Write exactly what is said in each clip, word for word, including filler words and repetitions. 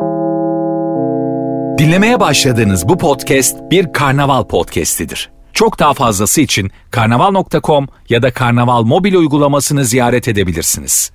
Dinlemeye başladığınız bu podcast bir karnaval podcastidir. Çok daha fazlası için karnaval nokta com ya da Karnaval mobil uygulamasını ziyaret edebilirsiniz.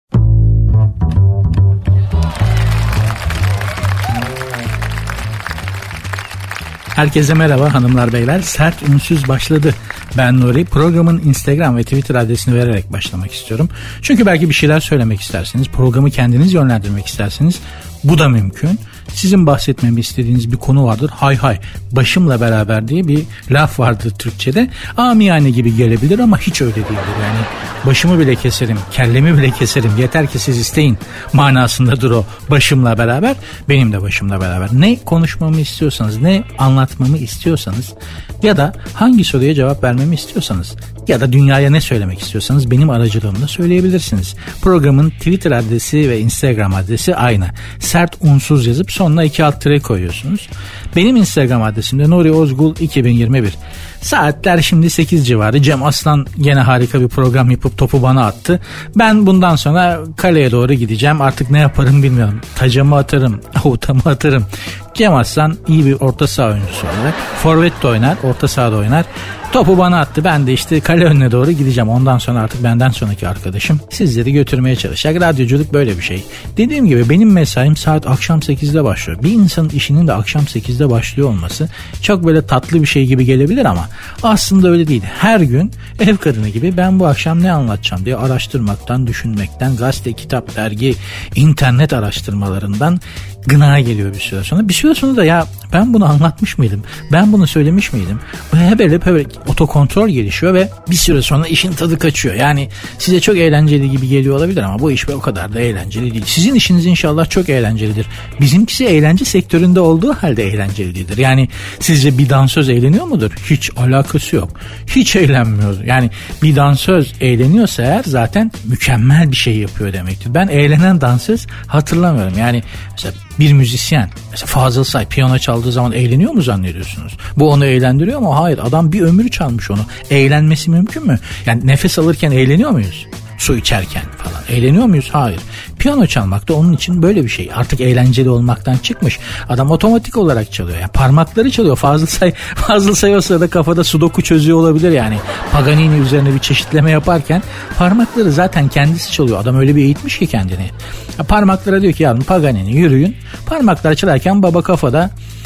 Herkese merhaba hanımlar beyler. Sert Ünsüz başladı. Ben Nuri. Programın Instagram ve Twitter adresini vererek başlamak istiyorum. Çünkü belki bir şeyler söylemek istersiniz. Programı kendiniz yönlendirmek istersiniz. Bu da mümkün. Sizin bahsetmemi istediğiniz bir konu vardır. Hay hay başımla beraber diye bir laf vardır Türkçe'de. Amiyane gibi gelebilir ama hiç öyle değildir. Yani başımı bile keserim, kellemi bile keserim. Yeter ki siz isteyin manasındadır o başımla beraber. Benim de başımla beraber. Ne konuşmamı istiyorsanız, ne anlatmamı istiyorsanız ya da hangi soruya cevap vermemi istiyorsanız ya da dünyaya ne söylemek istiyorsanız benim aracılığımla söyleyebilirsiniz. Programın Twitter adresi ve Instagram adresi aynı. Sert Unsuz yazıp sonuna iki alt tire koyuyorsunuz. Benim Instagram adresim de Nuri Ozgul iki bin yirmi bir. Saatler şimdi sekiz civarı. Cem Aslan gene harika bir program yapıp topu bana attı. Ben bundan sonra kaleye doğru gideceğim. Artık ne yaparım bilmiyorum. Tacamı atarım, avutamı atarım. Cem Aslan iyi bir orta saha oyuncusu olarak forvet de oynar, orta sahada oynar. Topu bana attı. Ben de işte kale önüne doğru gideceğim. Ondan sonra artık benden sonraki arkadaşım sizleri götürmeye çalışacak. Radyoculuk böyle bir şey. Dediğim gibi benim mesaim saat akşam sekizde başlıyor. Bir insanın işinin de akşam sekizde başlıyor olması çok böyle tatlı bir şey gibi gelebilir ama aslında öyle değil. Her gün ev kadını gibi ben bu akşam ne anlatacağım diye araştırmaktan, düşünmekten, gazete, kitap, dergi, internet araştırmalarından gına geliyor bir süre sonra. Bir süre sonra da ya ben bunu anlatmış mıydım? Ben bunu söylemiş miydim? Böyle böyle, böyle otokontrol gelişiyor ve bir süre sonra işin tadı kaçıyor. Yani size çok eğlenceli gibi geliyor olabilir ama bu iş o kadar da eğlenceli değil. Sizin işiniz inşallah çok eğlencelidir. Bizimkisi eğlence sektöründe olduğu halde eğlenceli değildir. Yani sizce bir dansöz eğleniyor mudur? Hiç alakası yok. Hiç eğlenmiyor. Yani bir dansöz eğleniyorsa eğer zaten mükemmel bir şey yapıyor demektir. Ben eğlenen dansöz hatırlamıyorum. Yani mesela bir müzisyen mesela Fazıl Say piyano çaldığı zaman eğleniyor mu zannediyorsunuz? Bu onu eğlendiriyor mu? Hayır. Adam bir ömür çalmış onu. Eğlenmesi mümkün mü? Yani nefes alırken eğleniyor muyuz? Su içerken falan. Eğleniyor muyuz? Hayır. Piyano çalmak da onun için böyle bir şey. Artık eğlenceli olmaktan çıkmış. Adam otomatik olarak çalıyor. Yani parmakları çalıyor. Fazıl Say, Fazıl Say o sırada kafada sudoku çözüyor olabilir yani. Paganini üzerine bir çeşitleme yaparken parmakları zaten kendisi çalıyor. Adam öyle bir eğitmiş ki kendini. Ya parmaklara diyor ki yavrum Paganini yürüyün. Parmaklar çalarken baba kafada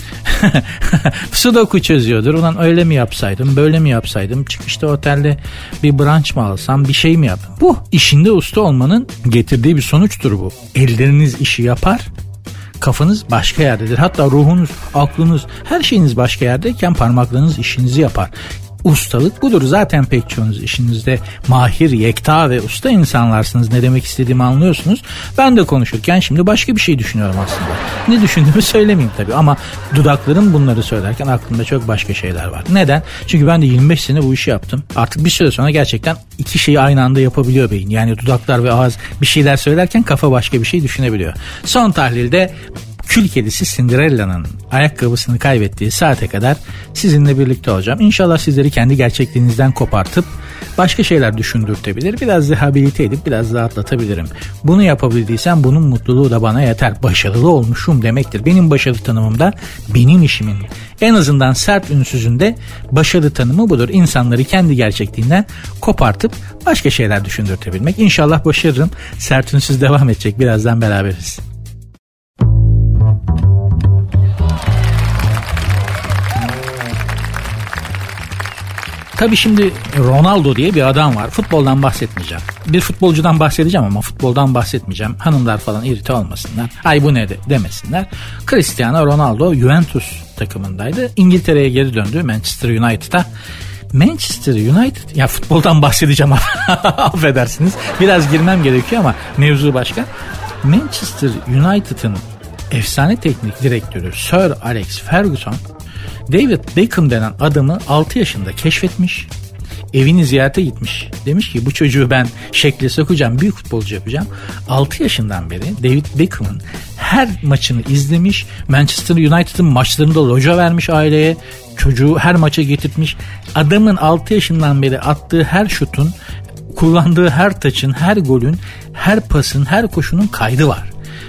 sudoku çözüyordur. Ulan öyle mi yapsaydım, böyle mi yapsaydım, çıkışta otelde bir brunch mı alsam, bir şey mi yaptım? Bu işinde usta olmanın getirdiği bir sonuçtur bu. Elleriniz işi yapar, kafanız başka yerdedir. Hatta ruhunuz, aklınız, her şeyiniz başka yerdeyken parmaklarınız işinizi yapar. Ustalık budur. Zaten pek çoğunuz işinizde mahir, yekta ve usta insanlarsınız. Ne demek istediğimi anlıyorsunuz. Ben de konuşurken şimdi başka bir şey düşünüyorum aslında. Ne düşündüğümü söylemeyeyim tabii ama dudaklarım bunları söylerken aklımda çok başka şeyler var. Neden? Çünkü ben de yirmi beş sene bu işi yaptım. Artık bir süre sonra gerçekten iki şeyi aynı anda yapabiliyor beyin. Yani dudaklar ve ağız bir şeyler söylerken kafa başka bir şey düşünebiliyor. Son tahlilde kül kedisi Cinderella'nın ayakkabısını kaybettiği saate kadar sizinle birlikte olacağım. İnşallah sizleri kendi gerçekliğinizden kopartıp başka şeyler düşündürtebilir. Biraz rehabilite edip biraz rahatlatabilirim. Bunu yapabildiysem bunun mutluluğu da bana yeter. Başarılı olmuşum demektir. Benim başarı tanımımda benim işimin en azından Sert Ünsüz'ünde başarı tanımı budur. İnsanları kendi gerçekliğinden kopartıp başka şeyler düşündürtebilmek. İnşallah başarırım. Sert Ünsüz devam edecek. Birazdan beraberiz. Tabii şimdi Ronaldo diye bir adam var. Futboldan bahsetmeyeceğim. Bir futbolcudan bahsedeceğim ama futboldan bahsetmeyeceğim. Hanımlar falan irite olmasınlar. Ay bu ne de demesinler. Cristiano Ronaldo Juventus takımındaydı. İngiltere'ye geri döndü, Manchester United'a. Manchester United, ya futboldan bahsedeceğim affedersiniz. Biraz girmem gerekiyor ama mevzu başka. Manchester United'ın efsane teknik direktörü Sir Alex Ferguson David Beckham denen adamı altı yaşında keşfetmiş. Evini ziyarete gitmiş. Demiş ki bu çocuğu ben şekle sokacağım, büyük futbolcu yapacağım. altı yaşından beri David Beckham'ın her maçını izlemiş. Manchester United'ın maçlarında loja vermiş aileye. Çocuğu her maça getirtmiş. Adamın altı yaşından beri attığı her şutun, kullandığı her taçın, her golün, her pasın, her koşunun kaydı var.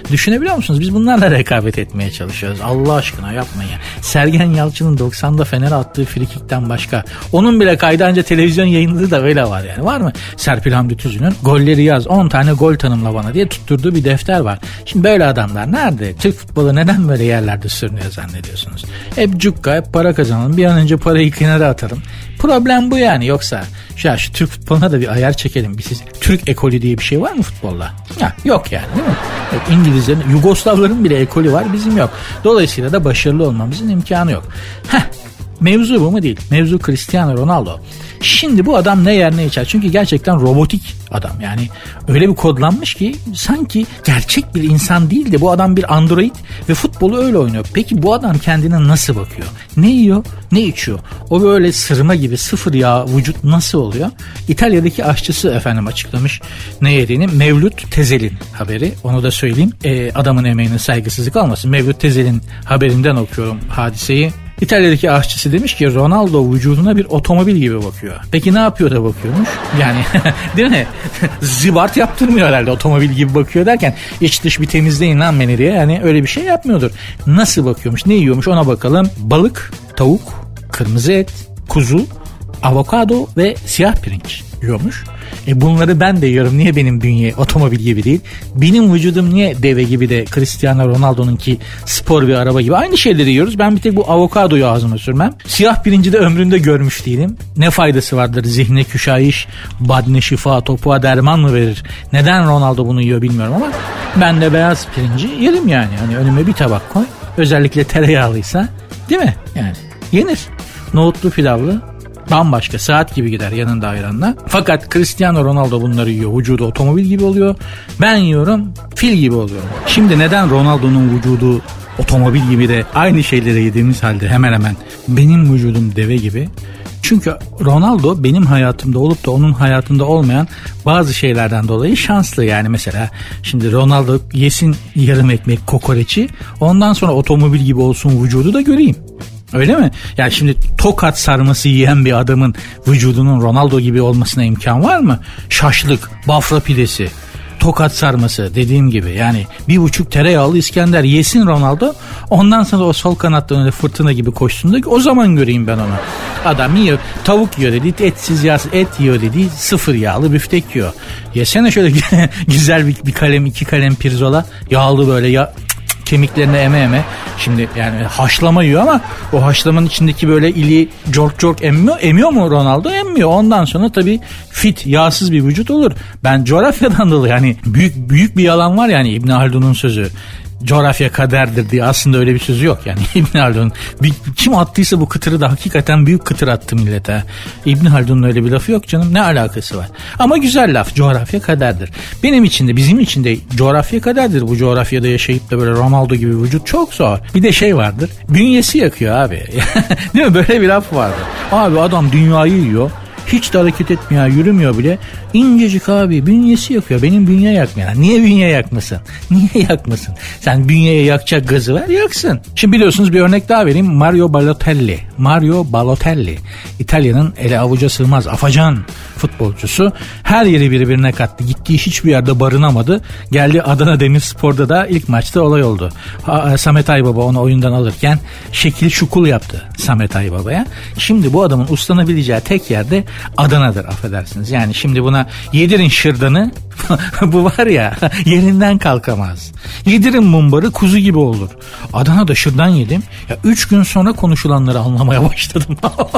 Düşünebiliyor musunuz? Biz bunlarla rekabet etmeye çalışıyoruz. Allah aşkına yapmayın ya. Sergen Yalçın'ın doksanda Fener'e attığı frikikten başka. Onun bile kaydı anca televizyon yayınladığı da öyle var yani. Var mı? Serpil Hamdi Tüzün'ün golleri yaz, on tane gol tanımla bana diye tutturduğu bir defter var. Şimdi böyle adamlar nerede? Türk futbolu neden böyle yerlerde sürünüyor zannediyorsunuz? Hep cukka, hep para kazanalım. Bir an önce parayı kenara atalım. Problem bu yani. Yoksa şu, şu Türk futboluna da bir ayar çekelim. Bir siz, Türk ekolü diye bir şey var mı futbolda? Ya, yok yani, değil mi? Evet, İngilizlerin, Yugoslavların bile ekolü var, bizim yok. Dolayısıyla da başarılı olmamızın imkanı yok. Heh, mevzu bu mu değil? Mevzu Cristiano Ronaldo. Şimdi bu adam ne yer ne içer. Çünkü gerçekten robotik adam. Yani öyle bir kodlanmış ki sanki gerçek bir insan değil de bu adam bir android ve futbolu öyle oynuyor. Peki bu adam kendine nasıl bakıyor? Ne yiyor? Ne içiyor? O böyle sırma gibi sıfır yağ vücut nasıl oluyor? İtalya'daki aşçısı efendim açıklamış ne yediğini. Mevlüt Tezel'in haberi. Onu da söyleyeyim. E, adamın emeğine saygısızlık olmasın. Mevlüt Tezel'in haberinden okuyorum hadiseyi. İtalya'daki aşçısı demiş ki Ronaldo vücuduna bir otomobil gibi bakıyor. Peki ne yapıyor da bakıyormuş? Yani değil mi? Zibart yaptırmıyor herhalde, otomobil gibi bakıyor derken iç dış bir temizleyin lan beni diye. Yani öyle bir şey yapmıyordur. Nasıl bakıyormuş? Ne yiyormuş? Ona bakalım. Balık, tavuk, kırmızı et, kuzu, avokado ve siyah pirinç yiyormuş. E bunları ben de yiyorum. Niye benim bünye otomobil gibi değil? Benim vücudum niye deve gibi de Cristiano Ronaldo'nunki spor bir araba gibi? Aynı şeyleri yiyoruz. Ben bir tek bu avokadoyu ağzıma sürmem. Siyah pirinci de ömrümde görmüş değilim. Ne faydası vardır? Zihne küşayiş, badne şifa, topuğa derman mı verir? Neden Ronaldo bunu yiyor bilmiyorum ama ben de beyaz pirinci yerim yani. Hani önüme bir tabak koy. Özellikle tereyağlıysa, değil mi? Yani yenir. Nohutlu pilavlı bambaşka, saat gibi gider yanında ayranla. Fakat Cristiano Ronaldo bunları yiyor. Vücudu otomobil gibi oluyor. Ben yiyorum, fil gibi oluyorum. Şimdi neden Ronaldo'nun vücudu otomobil gibi de aynı şeyleri yediğimiz halde hemen hemen benim vücudum deve gibi? Çünkü Ronaldo benim hayatımda olup da onun hayatında olmayan bazı şeylerden dolayı şanslı. Yani mesela şimdi Ronaldo yesin yarım ekmek kokoreçi, ondan sonra otomobil gibi olsun vücudu da göreyim. Öyle mi? Yani şimdi tokat sarması yiyen bir adamın vücudunun Ronaldo gibi olmasına imkan var mı? Şaşlık, bafra pidesi, tokat sarması dediğim gibi. Yani bir buçuk tereyağlı İskender yesin Ronaldo. Ondan sonra o sol kanattan öyle fırtına gibi koşsun da o zaman göreyim ben onu. Adam yiyor. Tavuk yiyor dedi. Etsiz yağsız et yiyor dedi. Sıfır yağlı büftek yiyor. Yesene şöyle güzel bir, bir kalem iki kalem pirzola. Yağlı böyle ya... kemiklerine eme eme. Şimdi yani haşlama yiyor ama o haşlamanın içindeki böyle ili cork cork emmiyor. Emiyor mu Ronaldo? Emmiyor. Ondan sonra tabii fit, yağsız bir vücut olur. Ben coğrafyadan dolayı yani büyük büyük bir yalan var yani İbn Haldun'un sözü. Coğrafya kaderdir diye, aslında öyle bir sözü yok yani İbn Haldun. Kim attıysa bu kıtırı da hakikaten büyük kıtır attı millete. İbn Haldun'un öyle bir lafı yok canım, ne alakası var? Ama güzel laf, coğrafya kaderdir. Benim için de bizim için de coğrafya kaderdir. Bu coğrafyada yaşayıp da böyle Ronaldo gibi vücut çok zor. Bir de şey vardır, bünyesi yakıyor abi. Değil mi, böyle bir laf vardır. Abi adam dünyayı yiyor. Hiç de hareket etmiyor, yürümüyor bile. İncecik abi, bünyesi yakıyor. Benim bünye yakmıyor. Niye bünye yakmasın? Niye yakmasın? Sen bünyeye yakacak gazı ver, yaksın. Şimdi biliyorsunuz, bir örnek daha vereyim. Mario Balotelli. Mario Balotelli. İtalya'nın ele avuca sığmaz afacan futbolcusu. Her yeri birbirine kattı. Gittiği hiçbir yerde barınamadı. Geldi Adana Demirspor'da da ilk maçta olay oldu. Samet Aybaba onu oyundan alırken şekil şukul yaptı Samet Aybaba'ya. Şimdi bu adamın uslanabileceği tek yerde Adana'dır, affedersiniz. Yani şimdi buna yedirin şırdanı bu var ya, yerinden kalkamaz. Yedirin mumbarı, kuzu gibi olur. Adana'da şırdan yedim. Ya üç gün sonra konuşulanları anlamaya başladım.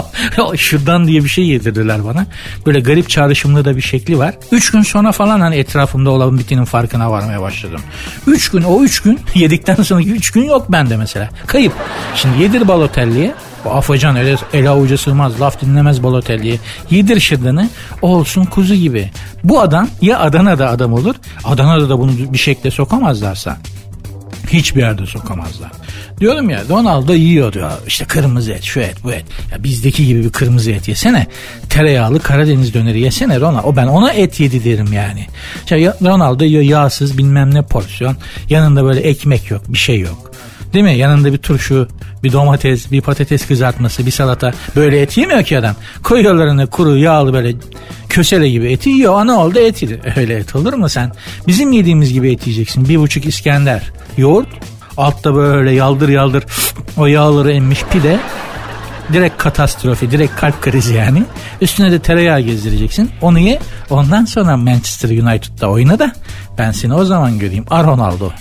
Şırdan diye bir şey yedirdiler bana. Böyle garip çağrışımlı da bir şekli var. Üç gün sonra falan hani etrafımda olan bitinin farkına varmaya başladım. Üç gün, o üç gün yedikten sonraki üç gün yok bende mesela. Kayıp. Şimdi yedir Balotelli'ye. Bu afacan ele, ele avuca sığmaz, laf dinlemez Balotelli'ye. Yedir şırdanı, olsun kuzu gibi. Bu adam ya Adana'da adam olur, Adana'da da bunu bir şekilde sokamazlarsa hiçbir yerde sokamazlar. Diyorum ya, Ronaldo yiyor diyor. İşte kırmızı et, şu et, bu et. Ya bizdeki gibi bir kırmızı et yesene. Tereyağlı Karadeniz döneri yesene Ronaldo. O ben ona et yedi derim yani. İşte Ronaldo yiyor yağsız bilmem ne porsiyon. Yanında böyle ekmek yok, bir şey yok. Değil mi? Yanında bir turşu, bir domates, bir patates kızartması, bir salata. Böyle et yemiyor ki adam. Koyuyorlar önüne kuru, yağlı böyle kösele gibi eti yiyor. Ne oldu? Et yedi. Öyle et olur mu sen? Bizim yediğimiz gibi et yiyeceksin. Bir buçuk İskender. Yoğurt. Altta böyle yaldır yaldır o yağları emmiş pide. Direkt katastrofi, direkt kalp krizi yani. Üstüne de tereyağı gezdireceksin. Onu ye. Ondan sonra Manchester United'da oyna da ben seni o zaman göreyim. A Ronaldo.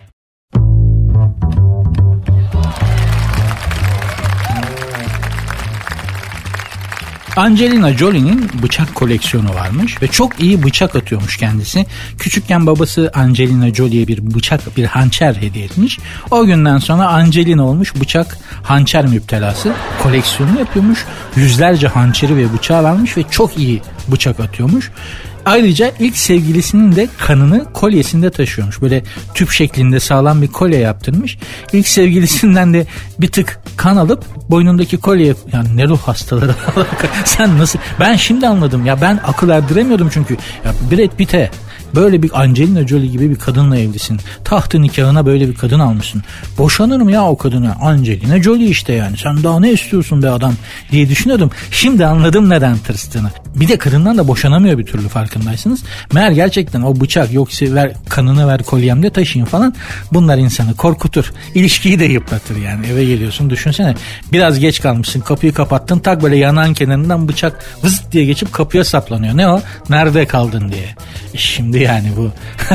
Angelina Jolie'nin bıçak koleksiyonu varmış ve çok iyi bıçak atıyormuş kendisi. Küçükken babası Angelina Jolie'ye bir bıçak, bir hançer hediye etmiş. O günden sonra Angelina olmuş bıçak, hançer müptelası. Koleksiyonu yapıyormuş. Yüzlerce hançeri ve bıçağı varmış ve çok iyi bıçak atıyormuş. Ayrıca ilk sevgilisinin de kanını kolyesinde taşıyormuş. Böyle tüp şeklinde sağlam bir kolye yaptırmış. İlk sevgilisinden de bir tık kan alıp boynundaki kolye, yani ne ruh hastaları. Sen nasıl? Ben şimdi anladım ya, ben akıl erdiremiyordum çünkü. Ya Brad Pitt'e böyle bir Angelina Jolie gibi bir kadınla evlisin. Tahtı nikahına böyle bir kadın almışsın. Boşanır mı ya o kadına? Angelina Jolie işte yani. Sen daha ne istiyorsun be adam diye düşünüyordum. Şimdi anladım neden tırstığını. Bir de kadından da boşanamıyor bir türlü, farkındaysınız. Meğer gerçekten o bıçak, yoksa ver kanını ver kolyemde taşıyın falan, bunlar insanı korkutur. İlişkiyi de yıpratır yani. Eve geliyorsun, düşünsene biraz geç kalmışsın, kapıyı kapattın, tak böyle yanağın kenarından bıçak vız diye geçip kapıya saplanıyor. Ne o? Nerede kaldın diye. E şimdi yani bu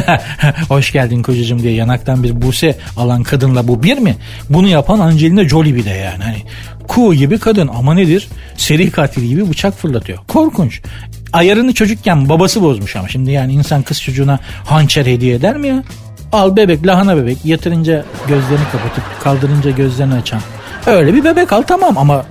hoş geldin kocacığım diye yanaktan bir buse alan kadınla bu bir mi? Bunu yapan Angelina Jolie bir de yani. Hani kuğu gibi kadın ama nedir? Seri katil gibi bıçak fırlatıyor. Korkunç. Ayarını çocukken babası bozmuş ama şimdi yani insan kız çocuğuna hançer hediye eder mi ya? Al bebek, lahana bebek, yatırınca gözlerini kapatıp kaldırınca gözlerini açan. Öyle bir bebek al, tamam, ama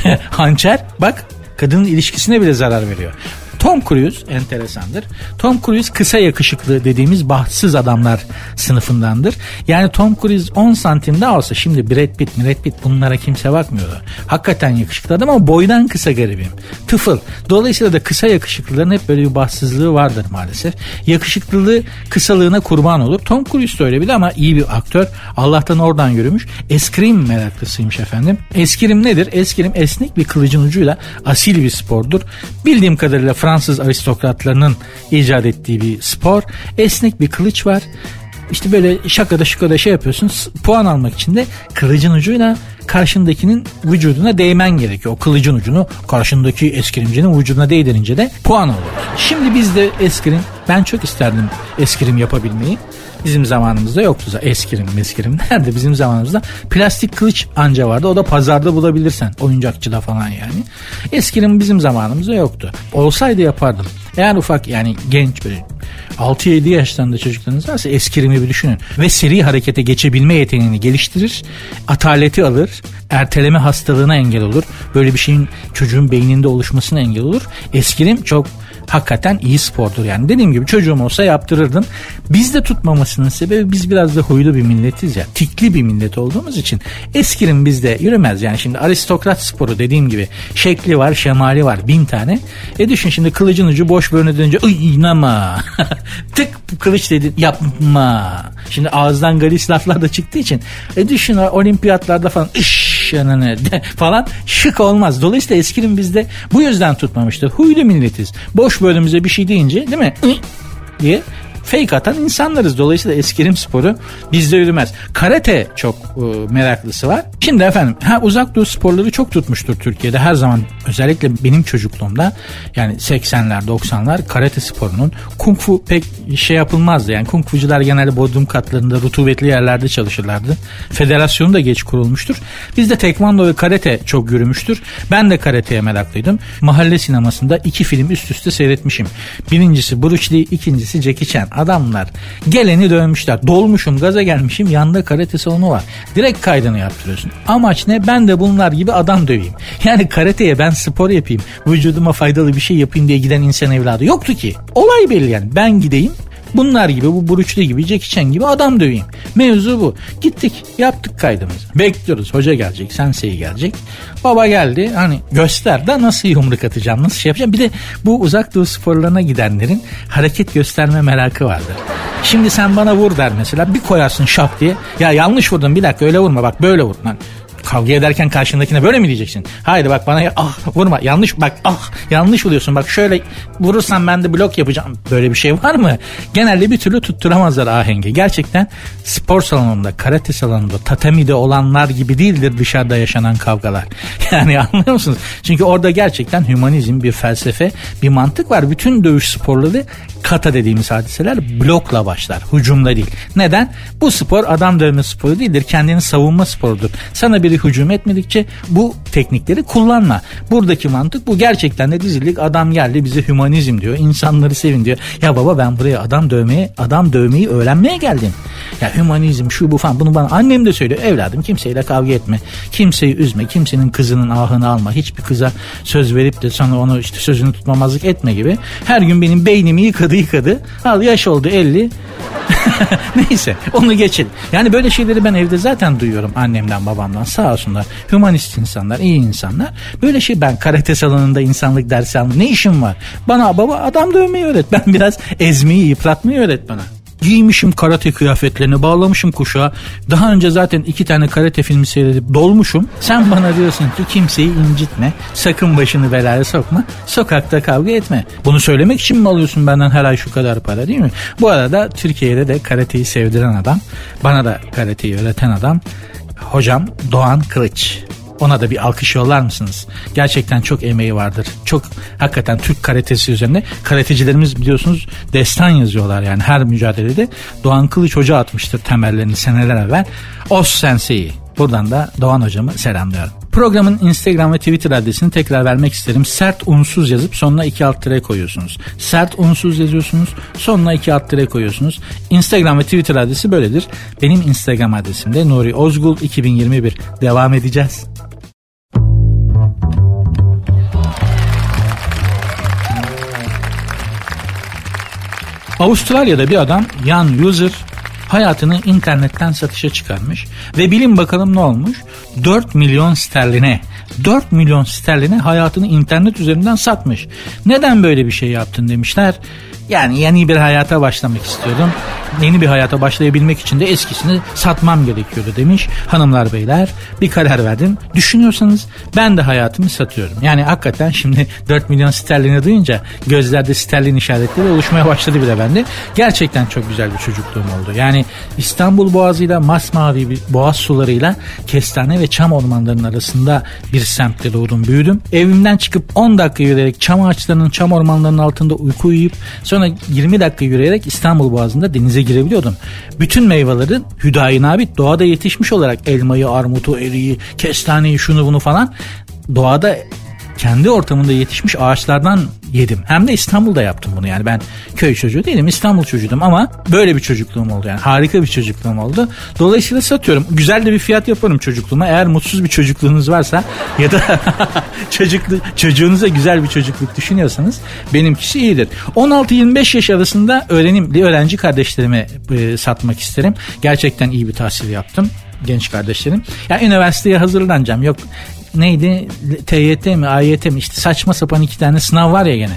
hançer bak kadının ilişkisine bile zarar veriyor. Tom Cruise enteresandır. Tom Cruise kısa yakışıklı dediğimiz bahtsız adamlar sınıfındandır. Yani Tom Cruise on santim daha olsa, şimdi Brad Pitt, Brad Pitt bunlara kimse bakmıyordu. Hakikaten yakışıklı adam ama boydan kısa garibim. Tıfıl. Dolayısıyla da kısa yakışıklıların hep böyle bir bahtsızlığı vardır maalesef. Yakışıklılığı kısalığına kurban olur. Tom Cruise de öyle bile ama iyi bir aktör. Allah'tan oradan yürümüş. Eskrim meraklısıymış efendim. Eskrim nedir? Eskrim esnek bir kılıcın ucuyla asil bir spordur. Bildiğim kadarıyla Fransız aristokratlarının icat ettiği bir spor. Esnek bir kılıç var. İşte böyle şakada şukada şey yapıyorsun. Puan almak için de kılıcın ucuyla karşındakinin vücuduna değmen gerekiyor. O kılıcın ucunu karşındaki eskrimcinin vücuduna değdirince de puan alıyorsun. Şimdi bizde eskrim, ben çok isterdim eskrim yapabilmeyi. Bizim zamanımızda yoktu. Eskrim meskrim nerede? Bizim zamanımızda plastik kılıç anca vardı. O da pazarda bulabilirsen. Oyuncakçıda falan yani. Eskrim bizim zamanımızda yoktu. Olsaydı yapardım. Eğer ufak yani genç böyle altı yedi yaşlarında çocuklarınız varsa eskrimi bir düşünün. Ve seri harekete geçebilme yeteneğini geliştirir. Ataleti alır. Erteleme hastalığına engel olur. Böyle bir şeyin çocuğun beyninde oluşmasına engel olur. Eskrim çok hakikaten iyi spordur yani. Dediğim gibi çocuğum olsa yaptırırdım. Bizde tutmamasının sebebi biz biraz da huylu bir milletiz ya. Tikli bir millet olduğumuz için eskrim bizde yürümez. Yani şimdi aristokrat sporu dediğim gibi şekli var, şemali var, bin tane. E düşün şimdi kılıcın ucu boş bölüne dönünce ıy inama. Tık kılıç dedin yapma. Şimdi ağızdan galis laflar da çıktığı için. E düşün olimpiyatlarda falan ış falan şık olmaz. Dolayısıyla eskrim bizde bu yüzden tutmamıştır. Huylu milletiz. Boş bölümümüze bir şey deyince değil mi? diye fake atan insanlarız. Dolayısıyla eskrim sporu bizde yürümez. Karate çok e, meraklısı var. Şimdi efendim ha, uzak doğu sporları çok tutmuştur Türkiye'de her zaman. Özellikle benim çocukluğumda yani seksenler doksanlar karate sporunun, kung fu pek şey yapılmazdı. Yani kung fucular genelde bodrum katlarında rutubetli yerlerde çalışırlardı. Federasyonu da geç kurulmuştur. Bizde tekvando ve karate çok yürümüştür. Ben de karateye meraklıydım. Mahalle sinemasında iki film üst üste seyretmişim. Birincisi Bruce Lee, ikincisi Jackie Chan. Adamlar geleni dövmüşler. Dolmuşum, gaza gelmişim, yanında karate salonu var. Direkt kaydını yaptırıyorsun. Amaç ne? Ben de bunlar gibi adam döveyim. Yani karateye ben spor yapayım, vücuduma faydalı bir şey yapayım diye giden insan evladı yoktu ki. Olay belli yani. Ben gideyim, bunlar gibi, bu Bruce Lee gibi, Jackie Chan gibi adam döveyim. Mevzu bu. Gittik, yaptık kaydımızı. Bekliyoruz. Hoca gelecek, sensei gelecek. Baba geldi. Hani göster de nasıl yumruk atacağım, nasıl şey yapacağım. Bir de bu uzak doğu sporlarına gidenlerin hareket gösterme merakı vardır. Şimdi sen bana vur der mesela. Bir koyarsın şap diye. Ya yanlış vurdun, bir dakika öyle vurma, bak böyle vur. Lan Kavga ederken karşındakine böyle mi diyeceksin? Haydi bak bana ah vurma, yanlış bak, ah yanlış vuruyorsun, bak şöyle vurursan ben de blok yapacağım. Böyle bir şey var mı? Genelde bir türlü tutturamazlar ahengi. Gerçekten spor salonunda, karate salonunda, tatamide olanlar gibi değildir dışarıda yaşanan kavgalar. Yani anlıyor musunuz? Çünkü orada gerçekten hümanizm, bir felsefe, bir mantık var. Bütün dövüş sporları, kata dediğimiz hadiseler blokla başlar, hücumla değil. Neden? Bu spor adam dövme sporu değildir. Kendini savunma sporudur. Sana biri hücum etmedikçe bu teknikleri kullanma. Buradaki mantık bu. Gerçekten de dizilik adam geldi bize hümanizm diyor. İnsanları sevin diyor. Ya baba ben buraya adam dövmeye, adam dövmeyi öğrenmeye geldim. Ya hümanizm şu bu falan, bunu bana annem de söylüyor. Evladım kimseyle kavga etme. Kimseyi üzme. Kimsenin kızının ahını alma. Hiçbir kıza söz verip de sonra onu işte sözünü tutmamazlık etme gibi. Her gün benim beynimi yıkadı yıkadı. Al yaş oldu elli. Neyse onu geçelim. Yani böyle şeyleri ben evde zaten duyuyorum annemden babamdan, sağ olsunlar. Hümanist insanlar, iyi insanlar. Böyle şey, ben karate salonunda insanlık dersi aldım. Ne işim var? Bana baba adam dövmeyi öğret. Ben biraz ezmeyi, yıpratmayı öğret bana. Giymişim karate kıyafetlerini, bağlamışım kuşağa. Daha önce zaten iki tane karate filmi seyredip dolmuşum. Sen bana diyorsun ki kimseyi incitme, sakın başını belaya sokma, sokakta kavga etme. Bunu söylemek için mi alıyorsun benden her ay şu kadar para, değil mi? Bu arada Türkiye'de de karateyi sevdiren adam, bana da karateyi öğreten adam hocam Doğan Kılıç. Ona da bir alkış yollar mısınız? Gerçekten çok emeği vardır. Çok hakikaten Türk karatesi üzerine. Karatecilerimiz biliyorsunuz destan yazıyorlar yani her mücadelede. Doğan Kılıç Hoca atmıştır temellerini seneler evvel. Os Sensei. Buradan da Doğan Hocamı selamlıyorum. Programın Instagram ve Twitter adresini tekrar vermek isterim. Sert unsuz yazıp sonuna iki alt tire koyuyorsunuz. Sert unsuz yazıyorsunuz, sonuna iki alt tire koyuyorsunuz. Instagram ve Twitter adresi böyledir. Benim Instagram adresim de Nuri Ozgul iki bin yirmi bir. Devam edeceğiz. Avustralya'da bir adam, Jan User, hayatını internetten satışa çıkarmış ve bilin bakalım ne olmuş? dört milyon sterline dört milyon sterline hayatını internet üzerinden satmış. Neden böyle bir şey yaptın demişler. Yani yeni bir hayata başlamak istiyordum. Yeni bir hayata başlayabilmek için de eskisini satmam gerekiyordu demiş. Hanımlar beyler, bir karar verdim. Düşünüyorsanız ben de hayatımı satıyorum. Yani hakikaten şimdi dört milyon sterlini duyunca gözlerde sterlin işaretleri oluşmaya başladı bile bende. Gerçekten çok güzel bir çocukluğum oldu. Yani İstanbul Boğazı'yla, masmavi bir boğaz sularıyla, kestane ve çam ormanlarının arasında bir semtte doğdum, büyüdüm. Evimden çıkıp on dakika yürüyerek çam ağaçlarının, çam ormanlarının altında uyku uyuyup sonra yirmi dakika yürüyerek İstanbul Boğazı'nda denize girebiliyordum. Bütün meyvelerin hüdayinabit doğada yetişmiş olarak elmayı, armutu, eriği, kestaneyi, şunu bunu falan doğada kendi ortamında yetişmiş ağaçlardan yedim. Hem de İstanbul'da yaptım bunu. Yani ben köy çocuğu değilim, İstanbul çocuğuydum ama böyle bir çocukluğum oldu. Yani harika bir çocukluğum oldu. Dolayısıyla satıyorum. Güzel de bir fiyat yaparım çocukluğuma. Eğer mutsuz bir çocukluğunuz varsa ya da çocuklu, çocuğunuza güzel bir çocukluk düşünüyorsanız benimkisi iyidir. on altı yirmi beş yaş arasında öğrenimli öğrenci kardeşlerime e, satmak isterim. Gerçekten iyi bir tahsil yaptım genç kardeşlerim. Yani üniversiteye hazırlanacağım. Yok neydi? T Y T mi? A Y T mi? İşte saçma sapan iki tane sınav var ya gene.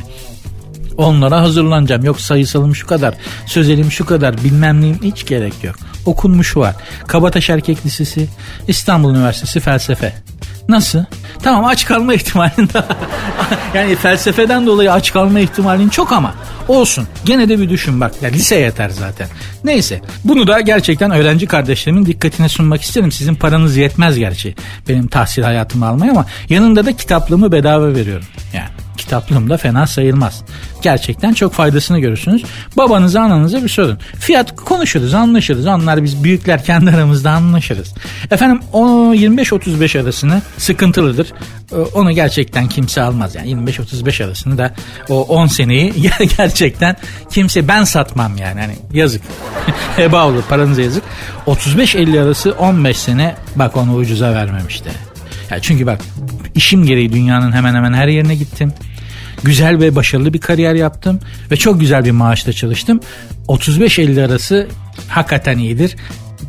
Onlara hazırlanacağım. Yok sayısalım şu kadar, sözelim şu kadar, bilmem neyim, hiç gerek yok. Okunmuşu var. Kabataş Erkek Lisesi, İstanbul Üniversitesi Felsefe. Nasıl? Tamam, aç kalma ihtimalin yani felsefeden dolayı aç kalma ihtimalin çok ama olsun. Gene de bir düşün bak. Ya lise yeter zaten. Neyse. Bunu da gerçekten öğrenci kardeşlerimin dikkatine sunmak isterim. Sizin paranız yetmez gerçi benim tahsil hayatımı almaya ama yanında da kitaplığımı bedava veriyorum. Yani kitaplığım da fena sayılmaz. Gerçekten çok faydasını görürsünüz. Babanıza, ananıza bir sorun. Fiyat konuşuruz, anlaşırız. Onlar biz büyükler kendi aramızda anlaşırız. Efendim o yirmi beş otuz beş arasını sıkıntılıdır. Onu gerçekten kimse almaz. Yani yirmi beş otuz beş arasını da o on seneyi gerçekten kimse, ben satmam yani. Hani yazık. Heba olur, paranıza yazık. otuz beş elli arası on beş sene bak onu ucuza vermemişti. Yani çünkü bak işim gereği dünyanın hemen hemen her yerine gittim. Güzel ve başarılı bir kariyer yaptım ve çok güzel bir maaşla çalıştım. otuz beş elli arası hakikaten iyidir.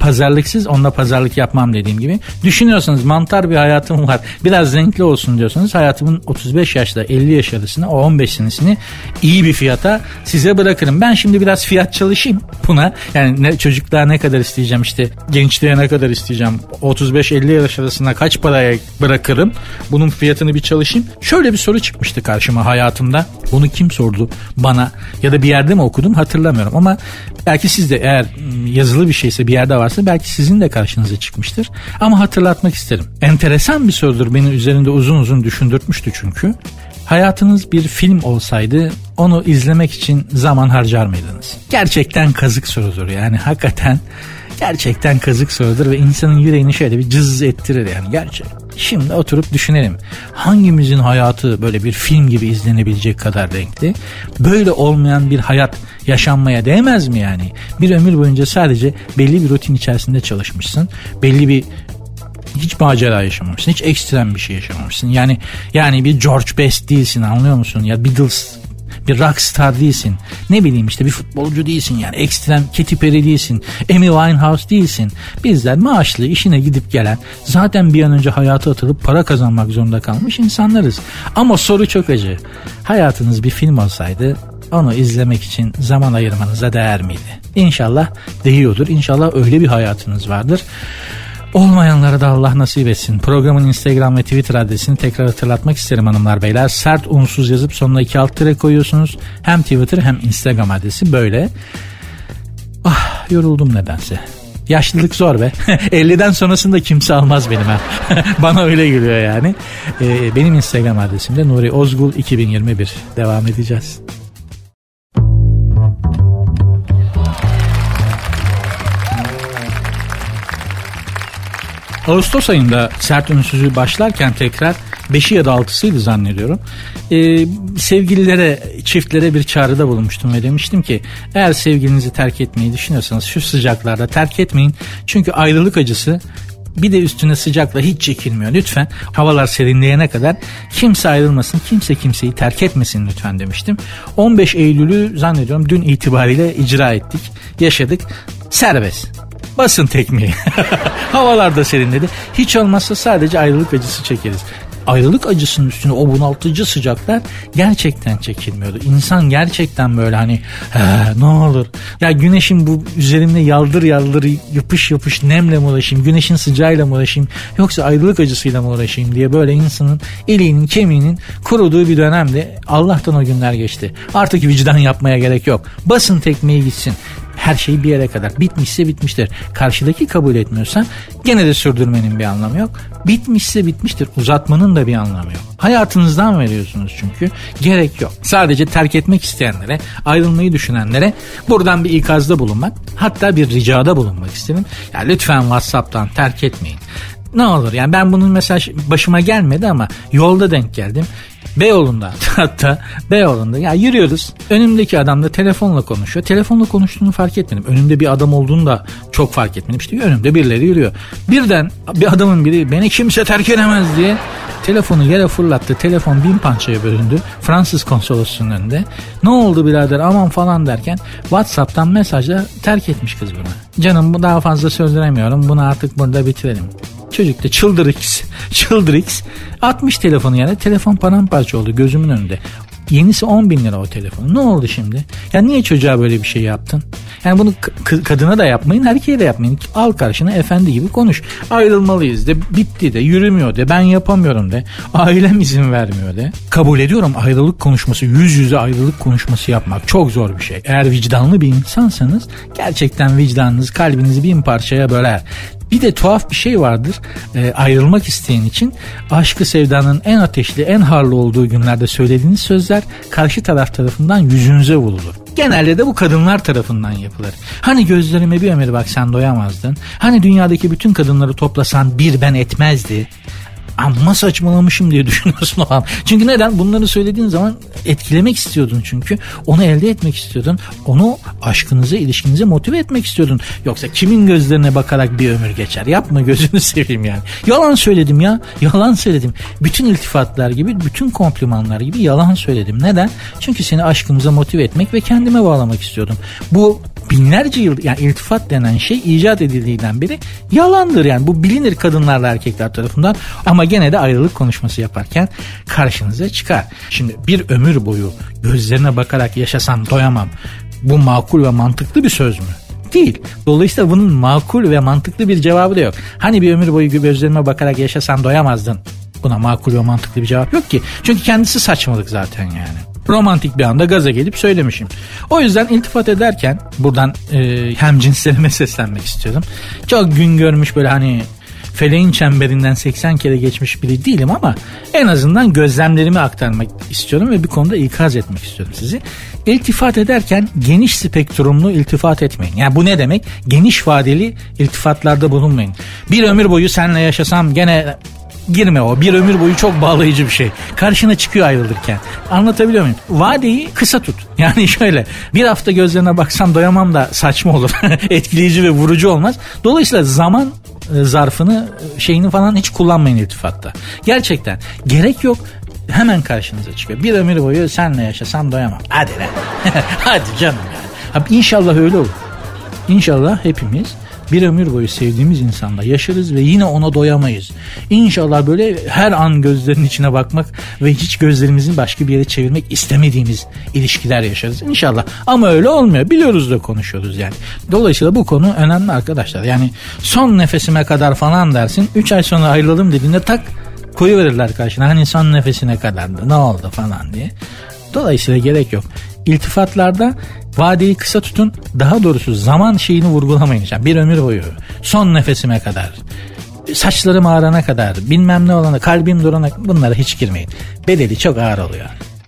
pazarlıksız, onunla pazarlık yapmam dediğim gibi. Düşünüyorsanız mantar bir hayatım var, biraz renkli olsun diyorsanız hayatımın otuz beş yaşla elli yaş arasında o on beş senesini iyi bir fiyata size bırakırım. Ben şimdi biraz fiyat çalışayım buna. Yani ne, çocukluğa ne kadar isteyeceğim, işte gençliğe ne kadar isteyeceğim, otuz beş elli yaş arasında kaç paraya bırakırım, bunun fiyatını bir çalışayım. Şöyle bir soru çıkmıştı karşıma hayatımda. Bunu kim sordu bana ya da bir yerde mi okudum hatırlamıyorum ama belki siz de, eğer yazılı bir şeyse bir yerde varsa belki sizin de karşınıza çıkmıştır. Ama hatırlatmak isterim. Enteresan bir sorudur, beni üzerinde uzun uzun düşündürtmüştü çünkü. Hayatınız bir film olsaydı onu izlemek için zaman harcar mıydınız? Gerçekten kazık sorudur yani, hakikaten gerçekten kazık sorudur ve insanın yüreğini şöyle bir cız ettirir yani gerçek. Şimdi oturup düşünelim. Hangimizin hayatı böyle bir film gibi izlenebilecek kadar renkli? Böyle olmayan bir hayat yaşanmaya değmez mi yani? Bir ömür boyunca sadece belli bir rutin içerisinde çalışmışsın. Belli bir hiç macera yaşamamışsın. Hiç ekstrem bir şey yaşamamışsın. Yani yani bir George Best değilsin, anlıyor musun? Ya Beatles, bir rockstar değilsin. Ne bileyim işte bir futbolcu değilsin yani. Ekstrem Katy Perry değilsin. Amy Winehouse değilsin. Bizler maaşlı, işine gidip gelen, zaten bir an önce hayata atılıp para kazanmak zorunda kalmış insanlarız. Ama soru çok acı. Hayatınız bir film olsaydı onu izlemek için zaman ayırmanıza değer miydi? İnşallah değiyordur. İnşallah öyle bir hayatınız vardır. Olmayanlara da Allah nasip etsin. Programın Instagram ve Twitter adresini tekrar hatırlatmak isterim hanımlar beyler. Sert unsuz yazıp sonuna iki alt tire koyuyorsunuz. Hem Twitter hem Instagram adresi böyle. Ah, yoruldum nedense. Yaşlılık zor be. elliden sonrasında kimse almaz benim ha. Bana öyle geliyor yani. Ee, benim Instagram adresim de Nuri Ozgul iki bin yirmi bir. Devam edeceğiz. Ağustos ayında Sert Ünsüz'ü başlarken tekrar beşi ya da altısıydı zannediyorum. Ee, sevgililere, çiftlere bir çağrıda bulunmuştum ve demiştim ki eğer sevgilinizi terk etmeyi düşünüyorsanız şu sıcaklarda terk etmeyin. Çünkü ayrılık acısı, bir de üstüne sıcakla hiç çekilmiyor. Lütfen havalar serinleyene kadar kimse ayrılmasın, kimse kimseyi terk etmesin lütfen demiştim. on beş Eylül'ü zannediyorum dün itibariyle icra ettik, yaşadık. Serbest. Basın tekmeyi. Havalar da serinledi. Hiç olmazsa sadece ayrılık acısı çekeriz. Ayrılık acısının üstüne o bunaltıcı sıcaklar gerçekten çekilmiyordu. İnsan gerçekten böyle hani ne olur ya, güneşin bu üzerimde yaldır yaldır yapış yapış nemle mi uğraşayım, güneşin sıcağıyla mı uğraşayım, yoksa ayrılık acısıyla mı uğraşayım diye böyle insanın eliğinin kemiğinin kuruduğu bir dönemde Allah'tan o günler geçti. Artık vicdan yapmaya gerek yok. Basın tekmeyi gitsin. Her şey bir yere kadar. Bitmişse bitmiştir. Karşıdaki kabul etmiyorsa gene de sürdürmenin bir anlamı yok. Bitmişse bitmiştir. Uzatmanın da bir anlamı yok. Hayatınızdan veriyorsunuz çünkü. Gerek yok. Sadece terk etmek isteyenlere, ayrılmayı düşünenlere buradan bir ikazda bulunmak, hatta bir ricada bulunmak istedim. Ya lütfen WhatsApp'tan terk etmeyin. Ne olur yani, ben bunun mesela başıma gelmedi ama yolda denk geldim. Beyoğlu'nda, hatta Beyoğlu'nda ya yürüyoruz. Önümdeki adam da telefonla konuşuyor. Telefonla konuştuğunu fark etmedim. Önümde bir adam olduğunu da çok fark etmedim. İşte önümde birileri yürüyor. Birden bir adamın biri beni kimse terk edemez diye telefonu yere fırlattı. Telefon bin parçaya bölündü. Fransız konsolosluğunun önünde. Ne oldu birader aman falan derken WhatsApp'tan mesajla terk etmiş kız bunu. Canım bu daha fazla söyleyemiyorum. Bunu artık burada bitirelim. Çocuk da çıldırıks, çıldırıks atmış telefonu yere. Telefon paramparça oldu gözümün önünde. Yenisi on bin lira o telefon. Ne oldu şimdi? Ya niye çocuğa böyle bir şey yaptın? Yani bunu k- kadına da yapmayın, erkeğe de yapmayın. Al karşına efendi gibi konuş. Ayrılmalıyız de, bitti de, yürümüyor de, ben yapamıyorum de, ailem izin vermiyor de. Kabul ediyorum, ayrılık konuşması, yüz yüze ayrılık konuşması yapmak çok zor bir şey. Eğer vicdanlı bir insansanız gerçekten vicdanınız kalbinizi bin parçaya böler. Bir de tuhaf bir şey vardır, e, ayrılmak isteyen için aşkı sevdanın en ateşli, en harlı olduğu günlerde söylediğiniz sözler karşı taraf tarafından yüzünüze vurulur. Genelde de bu kadınlar tarafından yapılır. Hani gözlerime bir ömür baksan doyamazdın, hani dünyadaki bütün kadınları toplasan bir ben etmezdi. Amma saçmalamışım diye düşünüyorsun o an. Çünkü neden? Bunları söylediğin zaman etkilemek istiyordun çünkü. Onu elde etmek istiyordun. Onu aşkınıza, ilişkinize motive etmek istiyordun. Yoksa kimin gözlerine bakarak bir ömür geçer? Yapma, gözünü seveyim yani. Yalan söyledim ya. Yalan söyledim. Bütün iltifatlar gibi, bütün komplimanlar gibi yalan söyledim. Neden? Çünkü seni aşkımıza motive etmek ve kendime bağlamak istiyordum. Bu binlerce yıl, yani iltifat denen şey icat edildiğinden beri yalandır yani. Bu bilinir kadınlarla erkekler tarafından, ama gene de ayrılık konuşması yaparken karşınıza çıkar. Şimdi bir ömür boyu gözlerine bakarak yaşasam doyamam, bu makul ve mantıklı bir söz mü? Değil. Dolayısıyla bunun makul ve mantıklı bir cevabı da yok. Hani bir ömür boyu gözlerime bakarak yaşasan doyamazdın? Buna makul ve mantıklı bir cevap yok ki. Çünkü kendisi saçmalık zaten yani. Romantik bir anda gaza gelip söylemişim. O yüzden iltifat ederken buradan e, hemcinslerime seslenmek istiyorum. Çok gün görmüş, böyle hani feleğin çemberinden seksen kere geçmiş biri değilim, ama en azından gözlemlerimi aktarmak istiyorum ve bir konuda ikaz etmek istiyorum sizi. İltifat ederken geniş spektrumlu iltifat etmeyin. Yani bu ne demek? Geniş vadeli iltifatlarda bulunmayın. Bir ömür boyu seninle yaşasam gene... Girme o. Bir ömür boyu çok bağlayıcı bir şey. Karşına çıkıyor ayrılırken. Anlatabiliyor muyum? Vadeyi kısa tut. Yani şöyle, bir hafta gözlerine baksam doyamam da saçma olur. Etkileyici ve vurucu olmaz. Dolayısıyla zaman zarfını, şeyini falan hiç kullanmayın iltifatta. Gerçekten gerek yok. Hemen karşınıza çıkıyor. Bir ömür boyu seninle yaşasam doyamam. Hadi lan. Hadi canım yani. Abi İnşallah öyle olur. İnşallah hepimiz bir ömür boyu sevdiğimiz insanla yaşarız ve yine ona doyamayız. İnşallah böyle her an gözlerinin içine bakmak ve hiç gözlerimizin başka bir yere çevirmek istemediğimiz ilişkiler yaşarız. İnşallah. Ama öyle olmuyor. Biliyoruz da konuşuyoruz yani. Dolayısıyla bu konu önemli arkadaşlar. Yani son nefesime kadar falan dersin. üç ay sonra ayrılalım dediğinde tak koyuverirler karşına. Hani son nefesine kadardı, ne oldu falan diye. Dolayısıyla gerek yok. İltifatlarda vadeyi kısa tutun. Daha doğrusu zaman şeyini vurgulamayın. Yani bir ömür boyu, son nefesime kadar, saçlarım ağrana kadar, bilmem ne olana, kalbim durana, bunlara hiç girmeyin. Bedeli çok ağır oluyor.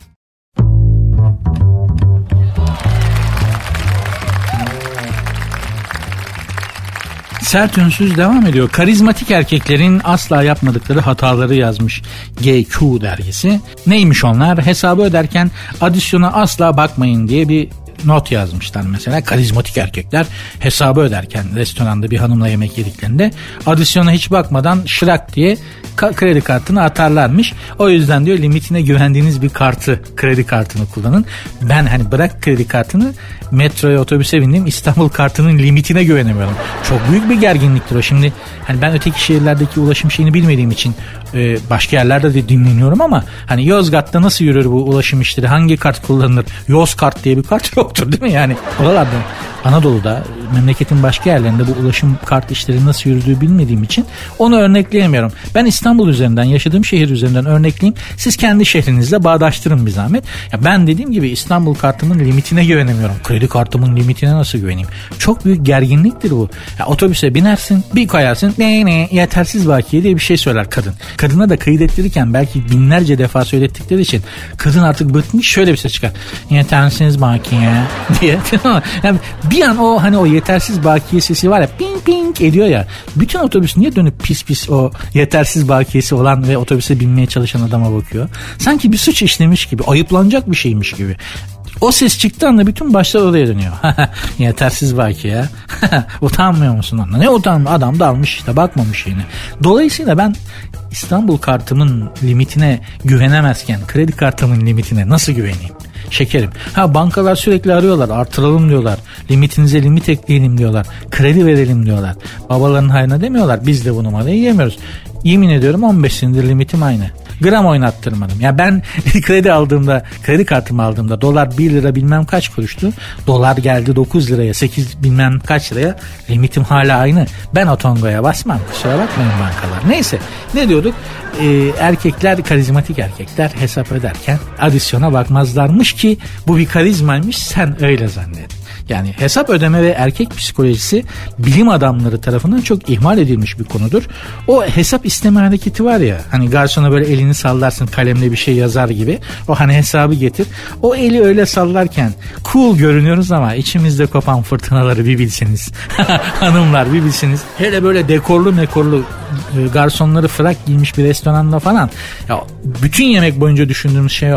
Sert Ünsüz devam ediyor. Karizmatik erkeklerin asla yapmadıkları hataları yazmış G Q dergisi. Neymiş onlar? Hesabı öderken adisyona asla bakmayın diye bir not yazmışlar mesela. Karizmatik erkekler hesabı öderken restoranda bir hanımla yemek yediklerinde adisyona hiç bakmadan şırak diye ka- kredi kartını atarlarmış. O yüzden diyor limitine güvendiğiniz bir kartı, kredi kartını kullanın. Ben hani bırak kredi kartını, metroya, otobüse bindiğim İstanbul kartının limitine güvenemiyorum. Çok büyük bir gerginliktir o. Şimdi hani ben öteki şehirlerdeki ulaşım şeyini bilmediğim için e, başka yerlerde de dinleniyorum, ama hani Yozgat'ta nasıl yürür bu ulaşım işleri, hangi kart kullanılır? Yozkart diye bir kart yoktur değil mi yani? Oralarda, Anadolu'da, memleketin başka yerlerinde bu ulaşım kart işleri nasıl yürüdüğü bilmediğim için onu örnekleyemiyorum. Ben İstanbul üzerinden, yaşadığım şehir üzerinden örnekleyeyim. Siz kendi şehrinizle bağdaştırın bir zahmet. Ya ben dediğim gibi İstanbul kartımın limitine güvenemiyorum. Kredi kartımın limitine nasıl güveneyim? Çok büyük gerginliktir bu. Ya otobüse binersin, bir koyarsın, ne ne yetersiz bakiye diye bir şey söyler kadın. Kadına da kayıt ettirirken belki binlerce defa söylettikleri için kadın artık bıkmış, şöyle bir ses çıkar. Yetersiz bakiye diye. Yani bir an o hani o yetersiz bakiye sesi var ya, ping ping ediyor ya. Bütün otobüs niye dönüp pis pis o yetersiz bakiyesi olan ve otobüse binmeye çalışan adama bakıyor? Sanki bir suç işlemiş gibi, ayıplanacak bir şeymiş gibi. O ses çıktığı anda bütün başlar oraya dönüyor. Yetersiz bakiye. Utanmıyor musun onunla? Ne utanmıyor? Adam da almış işte, bakmamış yine. Dolayısıyla ben İstanbul kartımın limitine güvenemezken kredi kartımın limitine nasıl güveneyim? Şekerim. Ha, bankalar sürekli arıyorlar, artıralım diyorlar, limitinize limit ekleyelim diyorlar, kredi verelim diyorlar. Babaların hayrına demiyorlar, biz de bu numarayı yemiyoruz. Yemin ediyorum on beş senedir limitim aynı. Gram oynattırmadım. Ya ben kredi aldığımda, kredi kartımı aldığımda dolar bir lira bilmem kaç kuruştu. Dolar geldi dokuz liraya, sekiz bilmem kaç liraya. Limitim hala aynı. Ben o tongoya basmam. Kusura bakmayın bankalar. Neyse, ne diyorduk? Ee, erkekler, karizmatik erkekler hesap öderken adisyona bakmazlarmış ki bu bir karizmaymış, sen öyle zannet. Yani hesap ödeme ve erkek psikolojisi bilim adamları tarafından çok ihmal edilmiş bir konudur. O hesap isteme hareketi var ya, hani garsona böyle elini sallarsın, kalemle bir şey yazar gibi. O hani hesabı getir. O eli öyle sallarken cool görünüyoruz ama içimizde kopan fırtınaları bir bilseniz. Hanımlar bir bilseniz. Hele böyle dekorlu mekorlu garsonları frak giymiş bir restoranda falan. Ya bütün yemek boyunca düşündüğümüz şey o.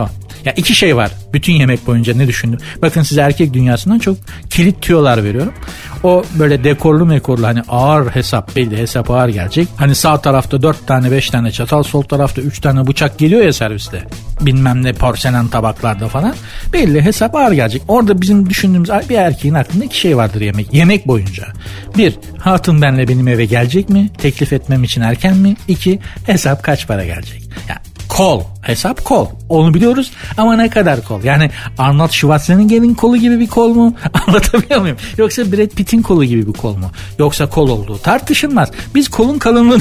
Ya iki şey var. Bütün yemek boyunca ne düşündüm? Bakın size erkek dünyasından çok kilit tüyolar veriyorum. O böyle dekorlu mekorlu hani ağır hesap, belli hesap ağır gelecek. Hani sağ tarafta dört tane beş tane çatal, sol tarafta üç tane bıçak geliyor ya serviste. Bilmem ne porselen tabaklarda falan. Belli hesap ağır gelecek. Orada bizim düşündüğümüz bir erkeğin aklında iki şey vardır yemek. Yemek boyunca. Bir, hatun benle benim eve gelecek mi? Teklif etmem için erken mi? İki, hesap kaç para gelecek? Yani kol. Hesap kol. Onu biliyoruz ama ne kadar kol? Yani Arnold Schwarzenegger'in kolu gibi bir kol mu? Anlatabiliyor muyum? Yoksa Brad Pitt'in kolu gibi bir kol mu? Yoksa kol olduğu tartışılmaz. Biz kolun kalınlığını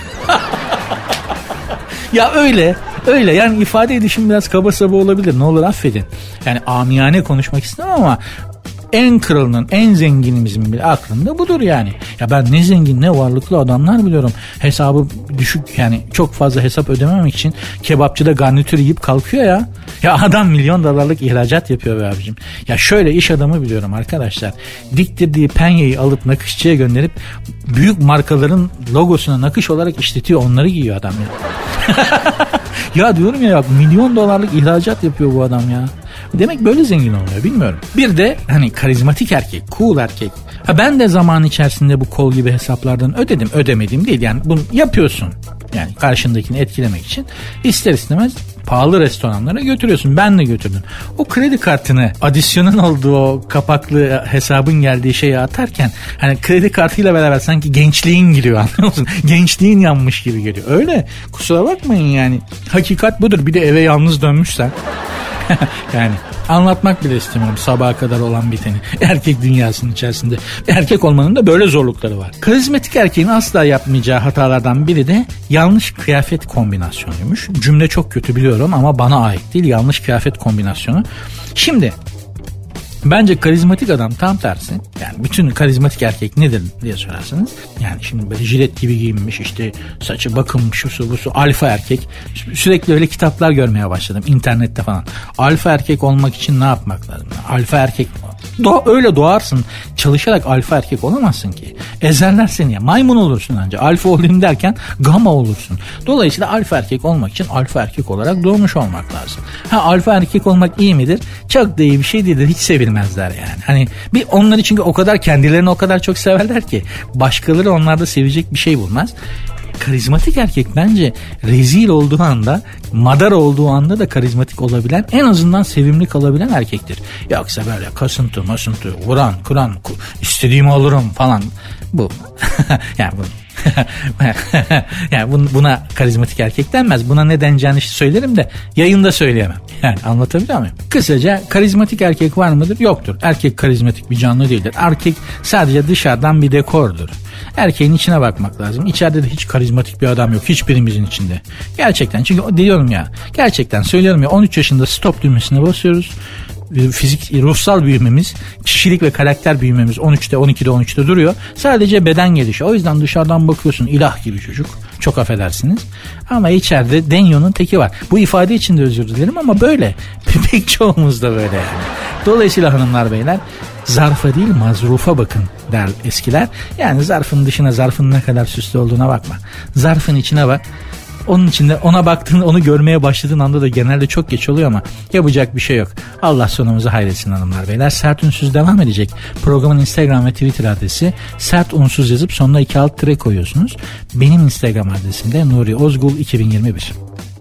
ya öyle öyle yani ifade edişim biraz kaba saba olabilir. Ne olur affedin. Yani amiyane konuşmak istemem ama en kralının, en zenginimizin bile aklında budur yani. Ya ben ne zengin ne varlıklı adamlar biliyorum. Hesabı düşük yani çok fazla hesap ödememek için kebapçıda garnitür yiyip kalkıyor ya. Ya adam milyon dolarlık ihracat yapıyor be abicim. Ya şöyle iş adamı biliyorum arkadaşlar. Diktirdiği penyeyi alıp nakışçıya gönderip büyük markaların logosuna nakış olarak işletiyor. Onları giyiyor adam ya. Ya diyorum ya milyon dolarlık ihracat yapıyor bu adam ya. Demek böyle zengin oluyor bilmiyorum. Bir de hani karizmatik erkek, cool erkek. Ha ben de zaman içerisinde bu kol gibi hesaplardan ödedim, ödemedim değil. Yani bunu yapıyorsun. Yani karşındakini etkilemek için ister istemez pahalı restoranlara götürüyorsun. Ben de götürdüm. O kredi kartını adisyonun olduğu o kapaklı hesabın geldiği şeye atarken hani kredi kartıyla beraber sanki gençliğin giriyor, anlıyor musun? Gençliğin yanmış gibi geliyor. Öyle. Kusura bakmayın yani. Hakikat budur. Bir de eve yalnız dönmüşsen. Yani anlatmak bile istemiyorum sabaha kadar olan biteni. Erkek dünyasının içerisinde. Erkek olmanın da böyle zorlukları var. Karizmatik erkeğin asla yapmayacağı hatalardan biri de yanlış kıyafet kombinasyonuymuş. Cümle çok kötü biliyorum ama bana ait değil. Yanlış kıyafet kombinasyonu. Şimdi bence karizmatik adam tam tersi. Yani bütün karizmatik erkek nedir diye sorarsanız. Yani şimdi böyle jilet gibi giyinmiş, işte saçı bakım, şusu busu, alfa erkek. Sürekli öyle kitaplar görmeye başladım internette falan. Alfa erkek olmak için ne yapmak lazım? Alfa erkek Doğa, öyle doğarsın. Çalışarak alfa erkek olamazsın ki. Ezerler seni ya. Maymun olursun anca. Alfa olayım derken gamma olursun. Dolayısıyla alfa erkek olmak için alfa erkek olarak doğmuş olmak lazım. Ha alfa erkek olmak iyi midir? Çok da iyi bir şey değildir. Hiç sevilmezler yani. Hani bir onları çünkü o kadar kendilerini o kadar çok severler ki başkaları onlarda sevecek bir şey bulmaz. Karizmatik erkek bence rezil olduğu anda, madar olduğu anda da karizmatik olabilen, en azından sevimli kalabilen erkektir. Yoksa böyle kasıntı masıntı, vuran kuran, istediğimi alırım falan, bu yani bu yani buna karizmatik erkek denmez. Buna ne deneceğini söylerim de yayında söyleyemem. Yani anlatabiliyor muyum? Kısaca karizmatik erkek var mıdır? Yoktur. Erkek karizmatik bir canlı değildir. Erkek sadece dışarıdan bir dekordur. Erkeğin içine bakmak lazım. İçeride de hiç karizmatik bir adam yok. Hiçbirimizin içinde. Gerçekten. Çünkü diyorum ya. Gerçekten söylüyorum ya. on üç yaşında stop düğmesine basıyoruz. Fizik, ruhsal büyümemiz, kişilik ve karakter büyümemiz on üçte, on ikide, on üçte duruyor. Sadece beden gelişiyor. O yüzden dışarıdan bakıyorsun ilah gibi çocuk. Çok affedersiniz. Ama içeride denyonun teki var. Bu ifade için de özür dilerim ama böyle. Pek çoğumuz da böyle yani. Dolayısıyla hanımlar beyler, zarfa değil mazrufa bakın der eskiler. Yani zarfın dışına, zarfın ne kadar süslü olduğuna bakma. Zarfın içine bak. Onun içinde ona baktığın, onu görmeye başladığın anda da genelde çok geç oluyor ama yapacak bir şey yok. Allah sonumuzu hayretsin hanımlar beyler. Sert Unsuz devam edecek. Programın Instagram ve Twitter adresi Sert Unsuz yazıp sonuna iki alt tire koyuyorsunuz. Benim Instagram adresim de Nuri Ozgul iki bin yirmi bir.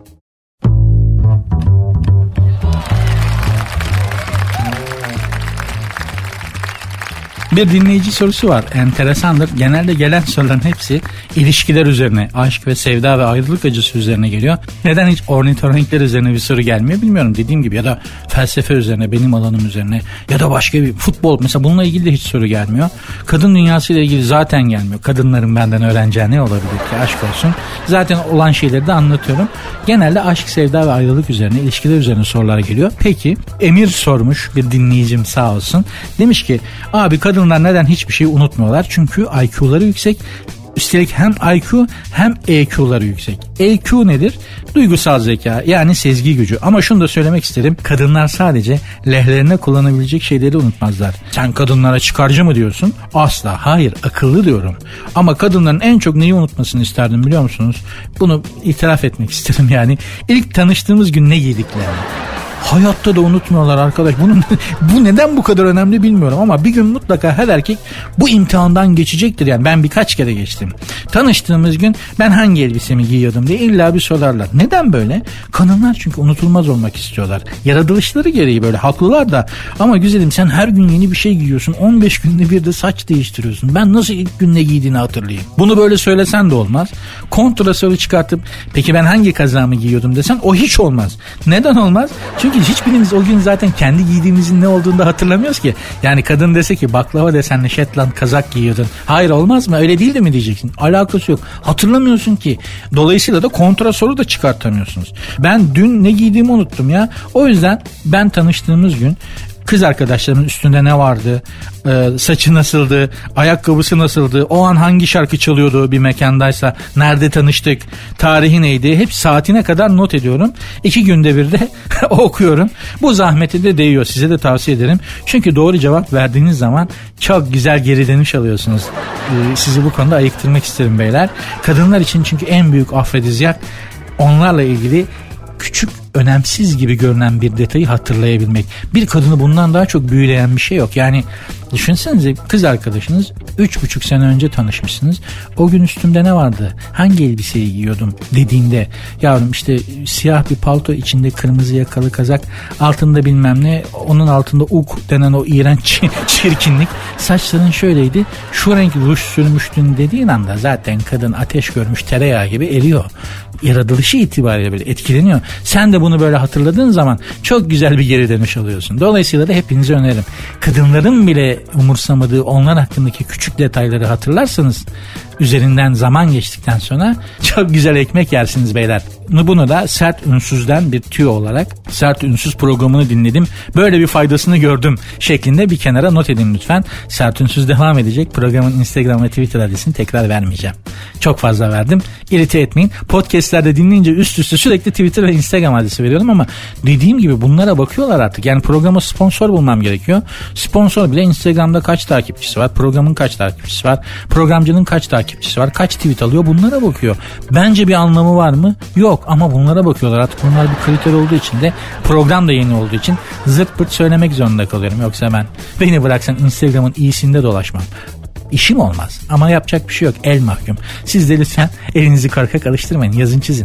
Bir dinleyici sorusu var. Enteresandır. Genelde gelen soruların hepsi ilişkiler üzerine, aşk ve sevda ve ayrılık acısı üzerine geliyor. Neden hiç ornitorenkler üzerine bir soru gelmiyor bilmiyorum. Dediğim gibi ya da felsefe üzerine, benim alanım üzerine ya da başka bir futbol. Mesela bununla ilgili de hiç soru gelmiyor. Kadın dünyası ile ilgili zaten gelmiyor. Kadınların benden öğreneceği ne olabilir ki? Aşk olsun. Zaten olan şeyleri de anlatıyorum. Genelde aşk, sevda ve ayrılık üzerine, ilişkiler üzerine sorular geliyor. Peki Emir sormuş, bir dinleyicim sağ olsun. Demiş ki abi kadın Kadınlar neden hiçbir şeyi unutmuyorlar? Çünkü I Q'ları yüksek. Üstelik hem I Q hem E Q'ları yüksek. E Q nedir? Duygusal zeka, yani sezgi gücü. Ama şunu da söylemek isterim. Kadınlar sadece lehlerine kullanabilecek şeyleri unutmazlar. Sen kadınlara çıkarcı mı diyorsun? Asla. Hayır, akıllı diyorum. Ama kadınların en çok neyi unutmasını isterdim biliyor musunuz? Bunu itiraf etmek isterim yani. İlk tanıştığımız gün ne giydiklerini. Hayatta da unutmuyorlar arkadaş. Bunun, bu neden bu kadar önemli bilmiyorum ama bir gün mutlaka her erkek bu imtihandan geçecektir. Yani ben birkaç kere geçtim. Tanıştığımız gün ben hangi elbisemi giyiyordum diye illa bir sorarlar. Neden böyle? Kadınlar çünkü unutulmaz olmak istiyorlar. Yaratılışları gereği böyle, haklılar da. Ama güzelim, sen her gün yeni bir şey giyiyorsun. on beş günde bir de saç değiştiriyorsun. Ben nasıl ilk gün ne giydiğini hatırlayayım? Bunu böyle söylesen de olmaz. Kontrasörü çıkartıp peki ben hangi kazağımı giyiyordum desen o hiç olmaz. Neden olmaz? Çünkü hiçbirimiz o gün zaten kendi giydiğimizin ne olduğunu da hatırlamıyoruz ki. Yani kadın dese ki baklava desenle Shetland kazak giyiyordun. Hayır, olmaz mı? Öyle değil de mi diyeceksin? Alakası yok. Hatırlamıyorsun ki. Dolayısıyla da kontrasoru da çıkartamıyorsunuz. Ben dün ne giydiğimi unuttum ya. O yüzden ben tanıştığımız gün kız arkadaşlarımın üstünde ne vardı, e, saçı nasıldı, ayakkabısı nasıldı, o an hangi şarkı çalıyordu bir mekandaysa, nerede tanıştık, tarihi neydi, hep saatine kadar not ediyorum. İki günde bir de okuyorum. Bu zahmeti de değiyor, size de tavsiye ederim. Çünkü doğru cevap verdiğiniz zaman çok güzel geri dönüş alıyorsunuz. E, sizi bu konuda ayıktırmak isterim beyler. Kadınlar için çünkü en büyük afrodizyak onlarla ilgili küçük, önemsiz gibi görünen bir detayı hatırlayabilmek. Bir kadını bundan daha çok büyüleyen bir şey yok. Yani düşünsenize, kız arkadaşınız üç buçuk sene önce tanışmışsınız. O gün üstümde ne vardı? Hangi elbiseyi giyiyordum dediğinde, yavrum işte siyah bir palto, içinde kırmızı yakalı kazak, altında bilmem ne, onun altında uk denen o iğrenç çirkinlik, saçların şöyleydi, şu renk ruj sürmüştün dediğin anda zaten kadın ateş görmüş tereyağı gibi eriyor. Yaratılışı itibariyle böyle etkileniyor. Sen de bunu böyle hatırladığın zaman çok güzel bir geri dönüş alıyorsun. Dolayısıyla da hepinize öneririm. Kadınların bile umursamadığı onlar hakkındaki küçük detayları hatırlarsanız, üzerinden zaman geçtikten sonra çok güzel ekmek yersiniz beyler. Bunu da Sert Ünsüz'den bir tüyo olarak, Sert Ünsüz programını dinledim, böyle bir faydasını gördüm şeklinde bir kenara not edin lütfen. Sert Ünsüz devam edecek. Programın Instagram ve Twitter adresini tekrar vermeyeceğim. Çok fazla verdim. İrite etmeyin. Podcastlerde dinleyince üst üste sürekli Twitter ve Instagram adresi veriyorum ama dediğim gibi bunlara bakıyorlar artık. Yani programa sponsor bulmam gerekiyor. Sponsor bile Instagram'da kaç takipçisi var, programın kaç takipçisi var, programcının kaç takipçisi var, kaç tweet alıyor, bunlara bakıyor. Bence bir anlamı var mı? Yok, ama bunlara bakıyorlar. Artık bunlar bir kriter olduğu için de, program da yeni olduğu için zırt pırt söylemek zorunda kalıyorum. Yoksa ben, beni bıraksan Instagram'ın iyisinde dolaşmam. İşim olmaz ama yapacak bir şey yok, el mahkum. Siz de lütfen elinizi korkak alıştırmayın, yazın çizin.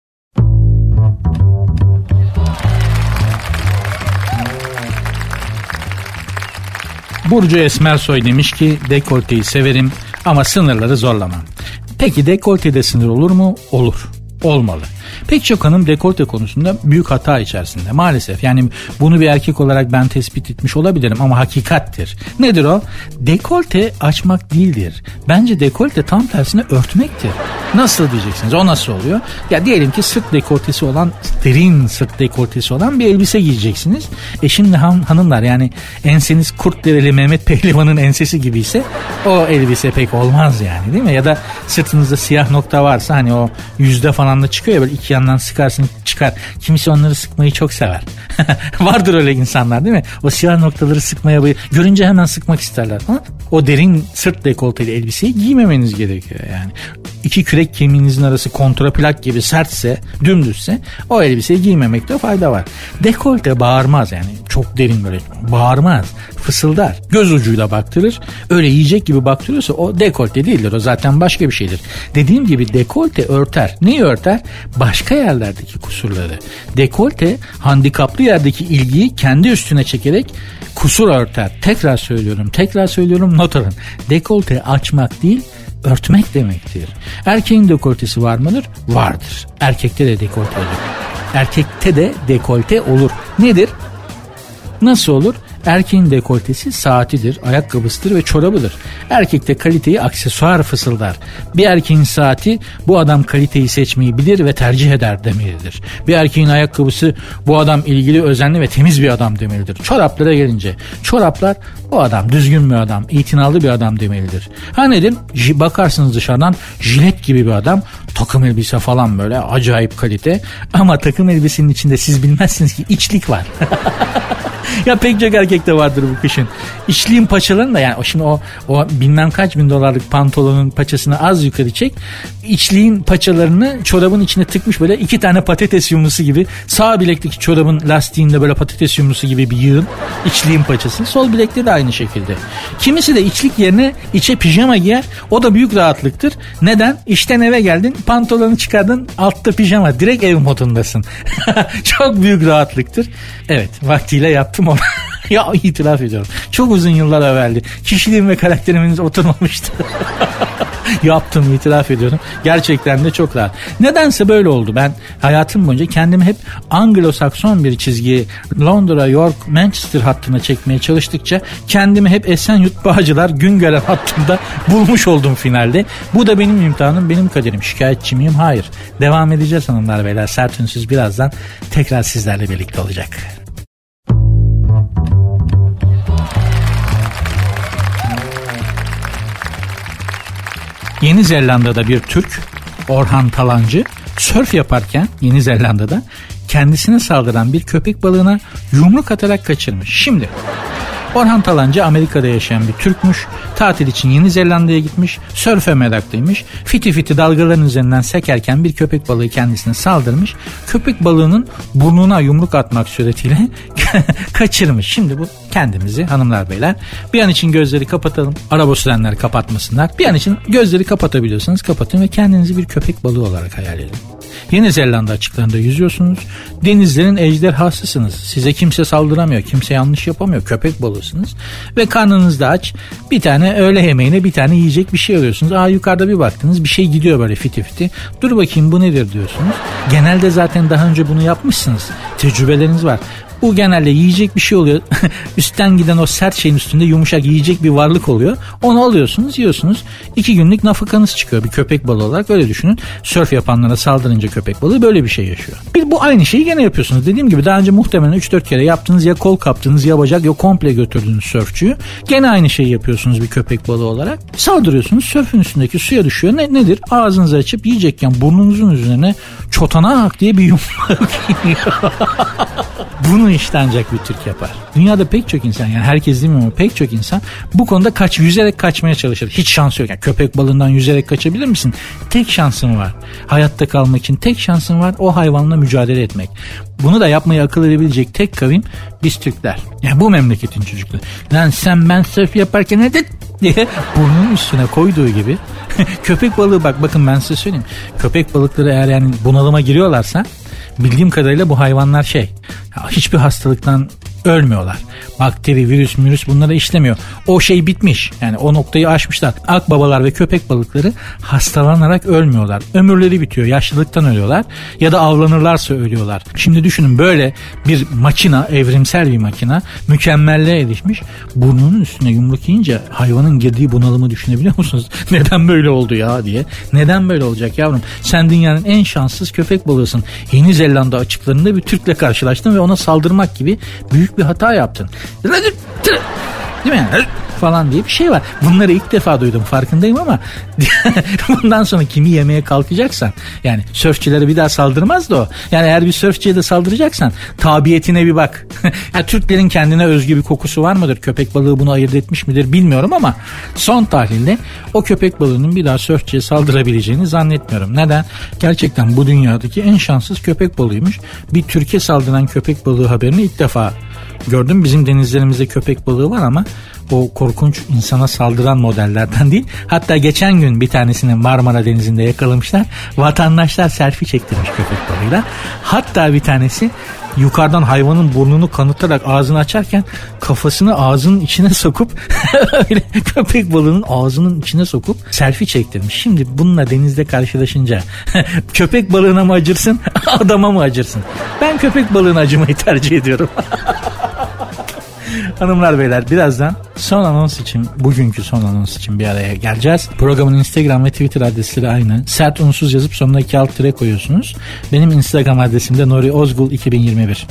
Burcu Esmersoy demiş ki dekolteyi severim ama sınırları zorlamam. Peki dekoltede sınır olur mu? Olur. Olmalı. Pek çok hanım dekolte konusunda büyük hata içerisinde maalesef. Yani bunu bir erkek olarak ben tespit etmiş olabilirim ama hakikattir. Nedir o? Dekolte açmak değildir. Bence dekolte tam tersine örtmektir. Nasıl diyeceksiniz? O nasıl oluyor? Ya diyelim ki sırt dekoltesi olan, derin sırt dekoltesi olan bir elbise giyeceksiniz. E şimdi han, hanımlar, yani enseniz kurt dereli Mehmet Pehlivan'ın ensesi gibiyse o elbise pek olmaz yani, değil mi? Ya da sırtınızda siyah nokta varsa, hani o yüzde falan da çıkıyor ya, böyle iki yandan sıkarsın çıkar. Kimisi onları sıkmayı çok sever. Vardır öyle insanlar, değil mi? O siyah noktaları sıkmaya bayılır. Görünce hemen sıkmak isterler. Ha? O derin sırt dekolteli elbiseyi giymemeniz gerekiyor yani. İki kürek kemiğinizin arası kontraplak gibi sertse, dümdüzse o elbiseyi giymemekte fayda var. Dekolte bağırmaz yani. Çok derin böyle bağırmaz. Fısıldar. Göz ucuyla baktırır. Öyle yiyecek gibi baktırıyorsa o dekolte değildir. O zaten başka bir şeydir. Dediğim gibi dekolte örter. Neyi örter? Başka yerlerdeki kusurları. Dekolte handikaplı yerdeki ilgiyi kendi üstüne çekerek kusur örter. Tekrar söylüyorum. Tekrar söylüyorum. Not alın. Dekolte açmak değil, örtmek demektir. Erkeğin dekoltesi var mıdır? Vardır. Erkekte de dekolte olur. Erkekte de dekolte olur. Nedir? Nasıl olur? Erkeğin dekoltesi saatidir, ayakkabısıdır ve çorabıdır. Erkekte kaliteyi aksesuar fısıldar. Bir erkeğin saati bu adam kaliteyi seçmeyi bilir ve tercih eder demelidir. Bir erkeğin ayakkabısı bu adam ilgili, özenli ve temiz bir adam demelidir. Çoraplara gelince çoraplar bu adam düzgün bir adam, itinalı bir adam demelidir. Ha nedir? J- bakarsınız dışarıdan jilet gibi bir adam, takım elbise falan böyle acayip kalite, ama takım elbisenin içinde siz bilmezsiniz ki içlik var. Ya pek çok erkekte vardır bu kışın. İçliğin paçalarını da yani şimdi o, o bilmem kaç bin dolarlık pantolonun paçasını az yukarı çek. İçliğin paçalarını çorabın içine tıkmış böyle iki tane patates yumrusu gibi. Sağ bilekteki çorabın lastiğinde böyle patates yumrusu gibi bir yığın içliğin paçası. Sol bilekte de aynı şekilde. Kimisi de içlik yerine içe pijama giyer. O da büyük rahatlıktır. Neden? İşten eve geldin, pantolonu çıkardın, altta pijama. Direkt ev modundasın. Çok büyük rahatlıktır. Evet, vaktiyle yaptım onu. Ya itiraf ediyorum. Çok uzun yıllar evveldi. Kişiliğim ve karakterimiz oturmamıştı. Yaptım, itiraf ediyorum. Gerçekten de çok rahat. Nedense böyle oldu. Ben hayatım boyunca kendimi hep Anglo-Sakson bir çizgiyi Londra, York, Manchester hattına çekmeye çalıştıkça kendimi hep Esenyurt, Bağcılar, Güngören hattında bulmuş oldum finalde. Bu da benim imtihanım, benim kaderim. Şikayetçi miyim? Hayır. Devam edeceğiz hanımlar beyler. Sert Ünsüz birazdan tekrar sizlerle birlikte olacak. Yeni Zelanda'da bir Türk, Orhan Talancı, sörf yaparken Yeni Zelanda'da kendisine saldıran bir köpek balığına yumruk atarak kaçırmış. Şimdi Orhan Talancı Amerika'da yaşayan bir Türkmüş. Tatil için Yeni Zelanda'ya gitmiş. Sörfe meraklıymış. Fiti fiti dalgaların üzerinden sekerken bir köpek balığı kendisine saldırmış. Köpek balığının burnuna yumruk atmak suretiyle kaçırmış. Şimdi bu kendimizi hanımlar beyler bir an için gözleri kapatalım. Araba sürenler kapatmasınlar. Bir an için gözleri kapatabiliyorsanız kapatın ve kendinizi bir köpek balığı olarak hayal edin. Yeni Zelanda açıklarında yüzüyorsunuz. Denizlerin ejderhasısınız. Size kimse saldıramıyor. Kimse yanlış yapamıyor. Köpek balığısınız. Ve karnınız da aç. Bir tane öğle yemeğine bir tane yiyecek bir şey alıyorsunuz. Aa yukarıda bir baktınız. Bir şey gidiyor böyle fiti fiti. Dur bakayım bu nedir diyorsunuz. Genelde zaten daha önce bunu yapmışsınız. Tecrübeleriniz var. Bu genelde yiyecek bir şey oluyor. Üstten giden o sert şeyin üstünde yumuşak yiyecek bir varlık oluyor. Onu alıyorsunuz, yiyorsunuz. İki günlük nafakanız çıkıyor bir köpek balığı olarak. Öyle düşünün. Sörf yapanlara saldırınca köpek balığı böyle bir şey yaşıyor. Bir bu aynı şeyi gene yapıyorsunuz. Dediğim gibi daha önce muhtemelen üç dört kere yaptınız. Ya kol kaptınız ya bacak ya komple götürdünüz sörfçüyü. Gene aynı şeyi yapıyorsunuz bir köpek balığı olarak. Saldırıyorsunuz. Sörfün üstündeki suya düşüyor. Ne, nedir? Ağzınızı açıp yiyecekken burnunuzun üzerine çotanak diye bir yumruk iniyor. Bunu işte ancak bir Türk yapar. Dünyada pek çok insan, yani herkes değil mi ama pek çok insan bu konuda kaç yüzerek kaçmaya çalışır. Hiç şansı yok. Yani köpek balığından yüzerek kaçabilir misin? Tek şansın var. Hayatta kalmak için tek şansın var. O hayvanla mücadele etmek. Bunu da yapmayı akıl edebilecek tek kavim biz Türkler. Yani bu memleketin çocukları. Lan sen ben sörf yaparken ne de diye burnunun üstüne koyduğu gibi köpek balığı bak bakın ben size söyleyeyim. Köpek balıkları eğer yani bunalıma giriyorlarsa bildiğim kadarıyla bu hayvanlar şey hiçbir hastalıktan ölmüyorlar. Bakteri, virüs, virüs bunlara işlemiyor. O şey bitmiş. Yani o noktayı aşmışlar. Akbabalar ve köpek balıkları hastalanarak ölmüyorlar. Ömürleri bitiyor. Yaşlılıktan ölüyorlar. Ya da avlanırlarsa ölüyorlar. Şimdi düşünün böyle bir makina, evrimsel bir makina mükemmelliğe erişmiş. Burnunun üstüne yumruk yiyince hayvanın girdiği bunalımı düşünebiliyor musunuz? Neden böyle oldu ya diye. Neden böyle olacak yavrum? Sen dünyanın en şanssız köpek balığısın. Yeni Zelanda açıklarında bir Türk'le karşılaştın ve ona saldırmak gibi büyük bir hata yaptın. Değil mi? Falan diye bir şey var. Bunları ilk defa duydum, farkındayım ama bundan sonra kimi yemeye kalkacaksan, yani sörfçilere bir daha saldırmaz da o. Yani eğer bir sörfçiye de saldıracaksan tabiyetine bir bak. Yani Türklerin kendine özgü bir kokusu var mıdır? Köpek balığı bunu ayırt etmiş midir bilmiyorum ama son tahlilde o köpek balığının bir daha sörfçiye saldırabileceğini zannetmiyorum. Neden? Gerçekten bu dünyadaki en şanssız köpek balığıymış. Bir Türkiye saldıran köpek balığı haberini ilk defa gördüm. Bizim denizlerimizde köpek balığı var ama o korkunç insana saldıran modellerden değil. Hatta geçen gün bir tanesini Marmara Denizi'nde yakalamışlar. Vatandaşlar selfie çektirmiş köpek balığıyla. Hatta bir tanesi yukarıdan hayvanın burnunu kanıtarak ağzını açarken kafasını ağzının içine sokup öyle köpek balığının ağzının içine sokup selfie çektirmiş. Şimdi bununla denizde karşılaşınca köpek balığına mı acırsın, adama mı acırsın? Ben köpek balığına acımayı tercih ediyorum. Hanımlar beyler birazdan son anons için, bugünkü son anons için bir araya geleceğiz. Programın Instagram ve Twitter adresleri aynı. Sert unsuz yazıp sonuna iki alt tire koyuyorsunuz. Benim Instagram adresim de Nuri Ozgul iki bin yirmi bir.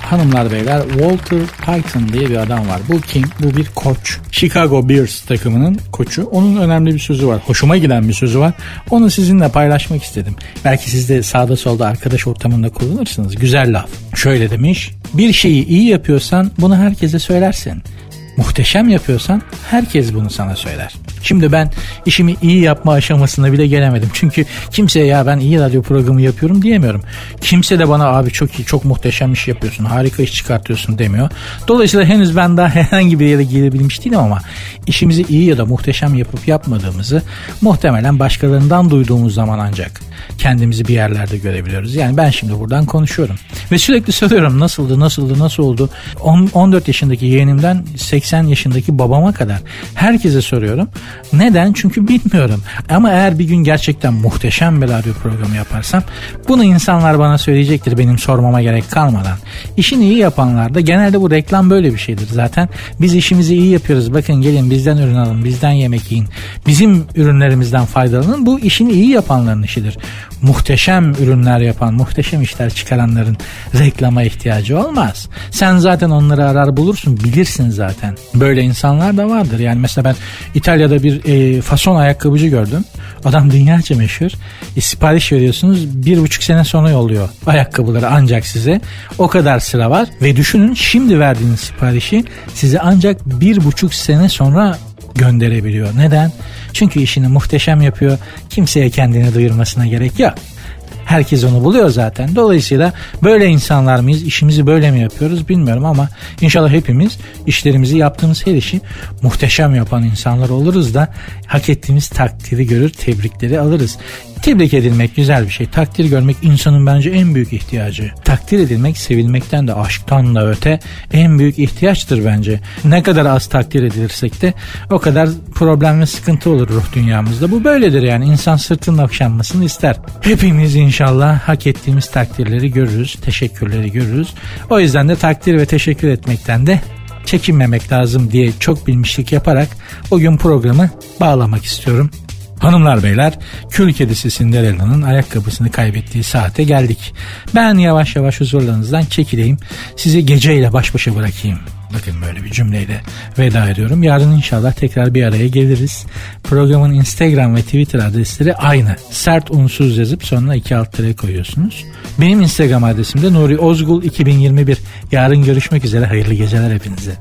hanımlar beyler, Walter Payton diye bir adam var. Bu kim? Bu bir koç. Chicago Bears takımının koçu. Onun önemli bir sözü var. Hoşuma giden bir sözü var. Onu sizinle paylaşmak istedim. Belki siz de sağda solda arkadaş ortamında kullanırsınız. Güzel laf. Şöyle demiş: bir şeyi iyi yapıyorsan bunu herkese söylersin. Muhteşem yapıyorsan herkes bunu sana söyler. Şimdi ben işimi iyi yapma aşamasına bile gelemedim. Çünkü kimseye ya ben iyi radyo programı yapıyorum diyemiyorum. Kimse de bana abi çok iyi, çok muhteşem iş yapıyorsun, harika iş çıkartıyorsun demiyor. Dolayısıyla henüz ben daha herhangi bir yere gelebilmiş değilim ama işimizi iyi ya da muhteşem yapıp yapmadığımızı muhtemelen başkalarından duyduğumuz zaman ancak kendimizi bir yerlerde görebiliyoruz. Yani ben şimdi buradan konuşuyorum ve sürekli soruyorum nasıldı, nasıldı, nasıl oldu? on dört yaşındaki yeğenimden seksen yaşındaki babama kadar herkese soruyorum. Neden? Çünkü bilmiyorum. Ama eğer bir gün gerçekten muhteşem bir radyo programı yaparsam bunu insanlar bana söyleyecektir benim sormama gerek kalmadan. İşini iyi yapanlar da, genelde bu reklam böyle bir şeydir zaten. Biz işimizi iyi yapıyoruz. Bakın gelin bizden ürün alın, bizden yemek yiyin. Bizim ürünlerimizden faydalanın. Bu işini iyi yapanların işidir. Muhteşem ürünler yapan, muhteşem işler çıkaranların reklama ihtiyacı olmaz. Sen zaten onları arar bulursun, bilirsin zaten. Böyle insanlar da vardır. Yani mesela ben İtalya'da bir e, fason ayakkabıcı gördüm. Adam dünyaca meşhur. E, sipariş veriyorsunuz, bir buçuk sene sonra yolluyor ayakkabıları ancak size. O kadar sıra var ve düşünün, şimdi verdiğiniz siparişi size ancak bir buçuk sene sonra gönderebiliyor. Neden? Çünkü işini muhteşem yapıyor. Kimseye kendini duyurmasına gerek yok. Herkes onu buluyor zaten. Dolayısıyla böyle insanlar mıyız? İşimizi böyle mi yapıyoruz bilmiyorum ama inşallah hepimiz işlerimizi, yaptığımız her işi muhteşem yapan insanlar oluruz da hak ettiğimiz takdiri görür, tebrikleri alırız. Tebrik edilmek güzel bir şey. Takdir görmek insanın bence en büyük ihtiyacı. Takdir edilmek sevilmekten de, aşktan da öte en büyük ihtiyaçtır bence. Ne kadar az takdir edilirsek de o kadar problem ve sıkıntı olur ruh dünyamızda. Bu böyledir yani. İnsan sırtının okşanmasını ister. Hepimiz inşallah hak ettiğimiz takdirleri görürüz, teşekkürleri görürüz. O yüzden de takdir ve teşekkür etmekten de çekinmemek lazım diye çok bilmişlik yaparak bugün programı bağlamak istiyorum. Hanımlar beyler, kül kedisi Cinderella'nın ayakkabısını kaybettiği saate geldik. Ben yavaş yavaş huzurlarınızdan çekileyim. Sizi geceyle baş başa bırakayım. Bakın böyle bir cümleyle veda ediyorum. Yarın inşallah tekrar bir araya geliriz. Programın Instagram ve Twitter adresleri aynı. Sert unsuz yazıp sonuna iki alt tere koyuyorsunuz. Benim Instagram adresim de Nuri Ozgul iki bin yirmi bir. Yarın görüşmek üzere. Hayırlı geceler hepinize.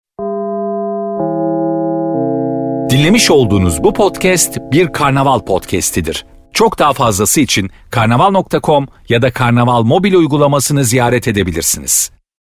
Dinlemiş olduğunuz bu podcast bir Karnaval podcastidir. Çok daha fazlası için karnaval nokta com ya da Karnaval mobil uygulamasını ziyaret edebilirsiniz.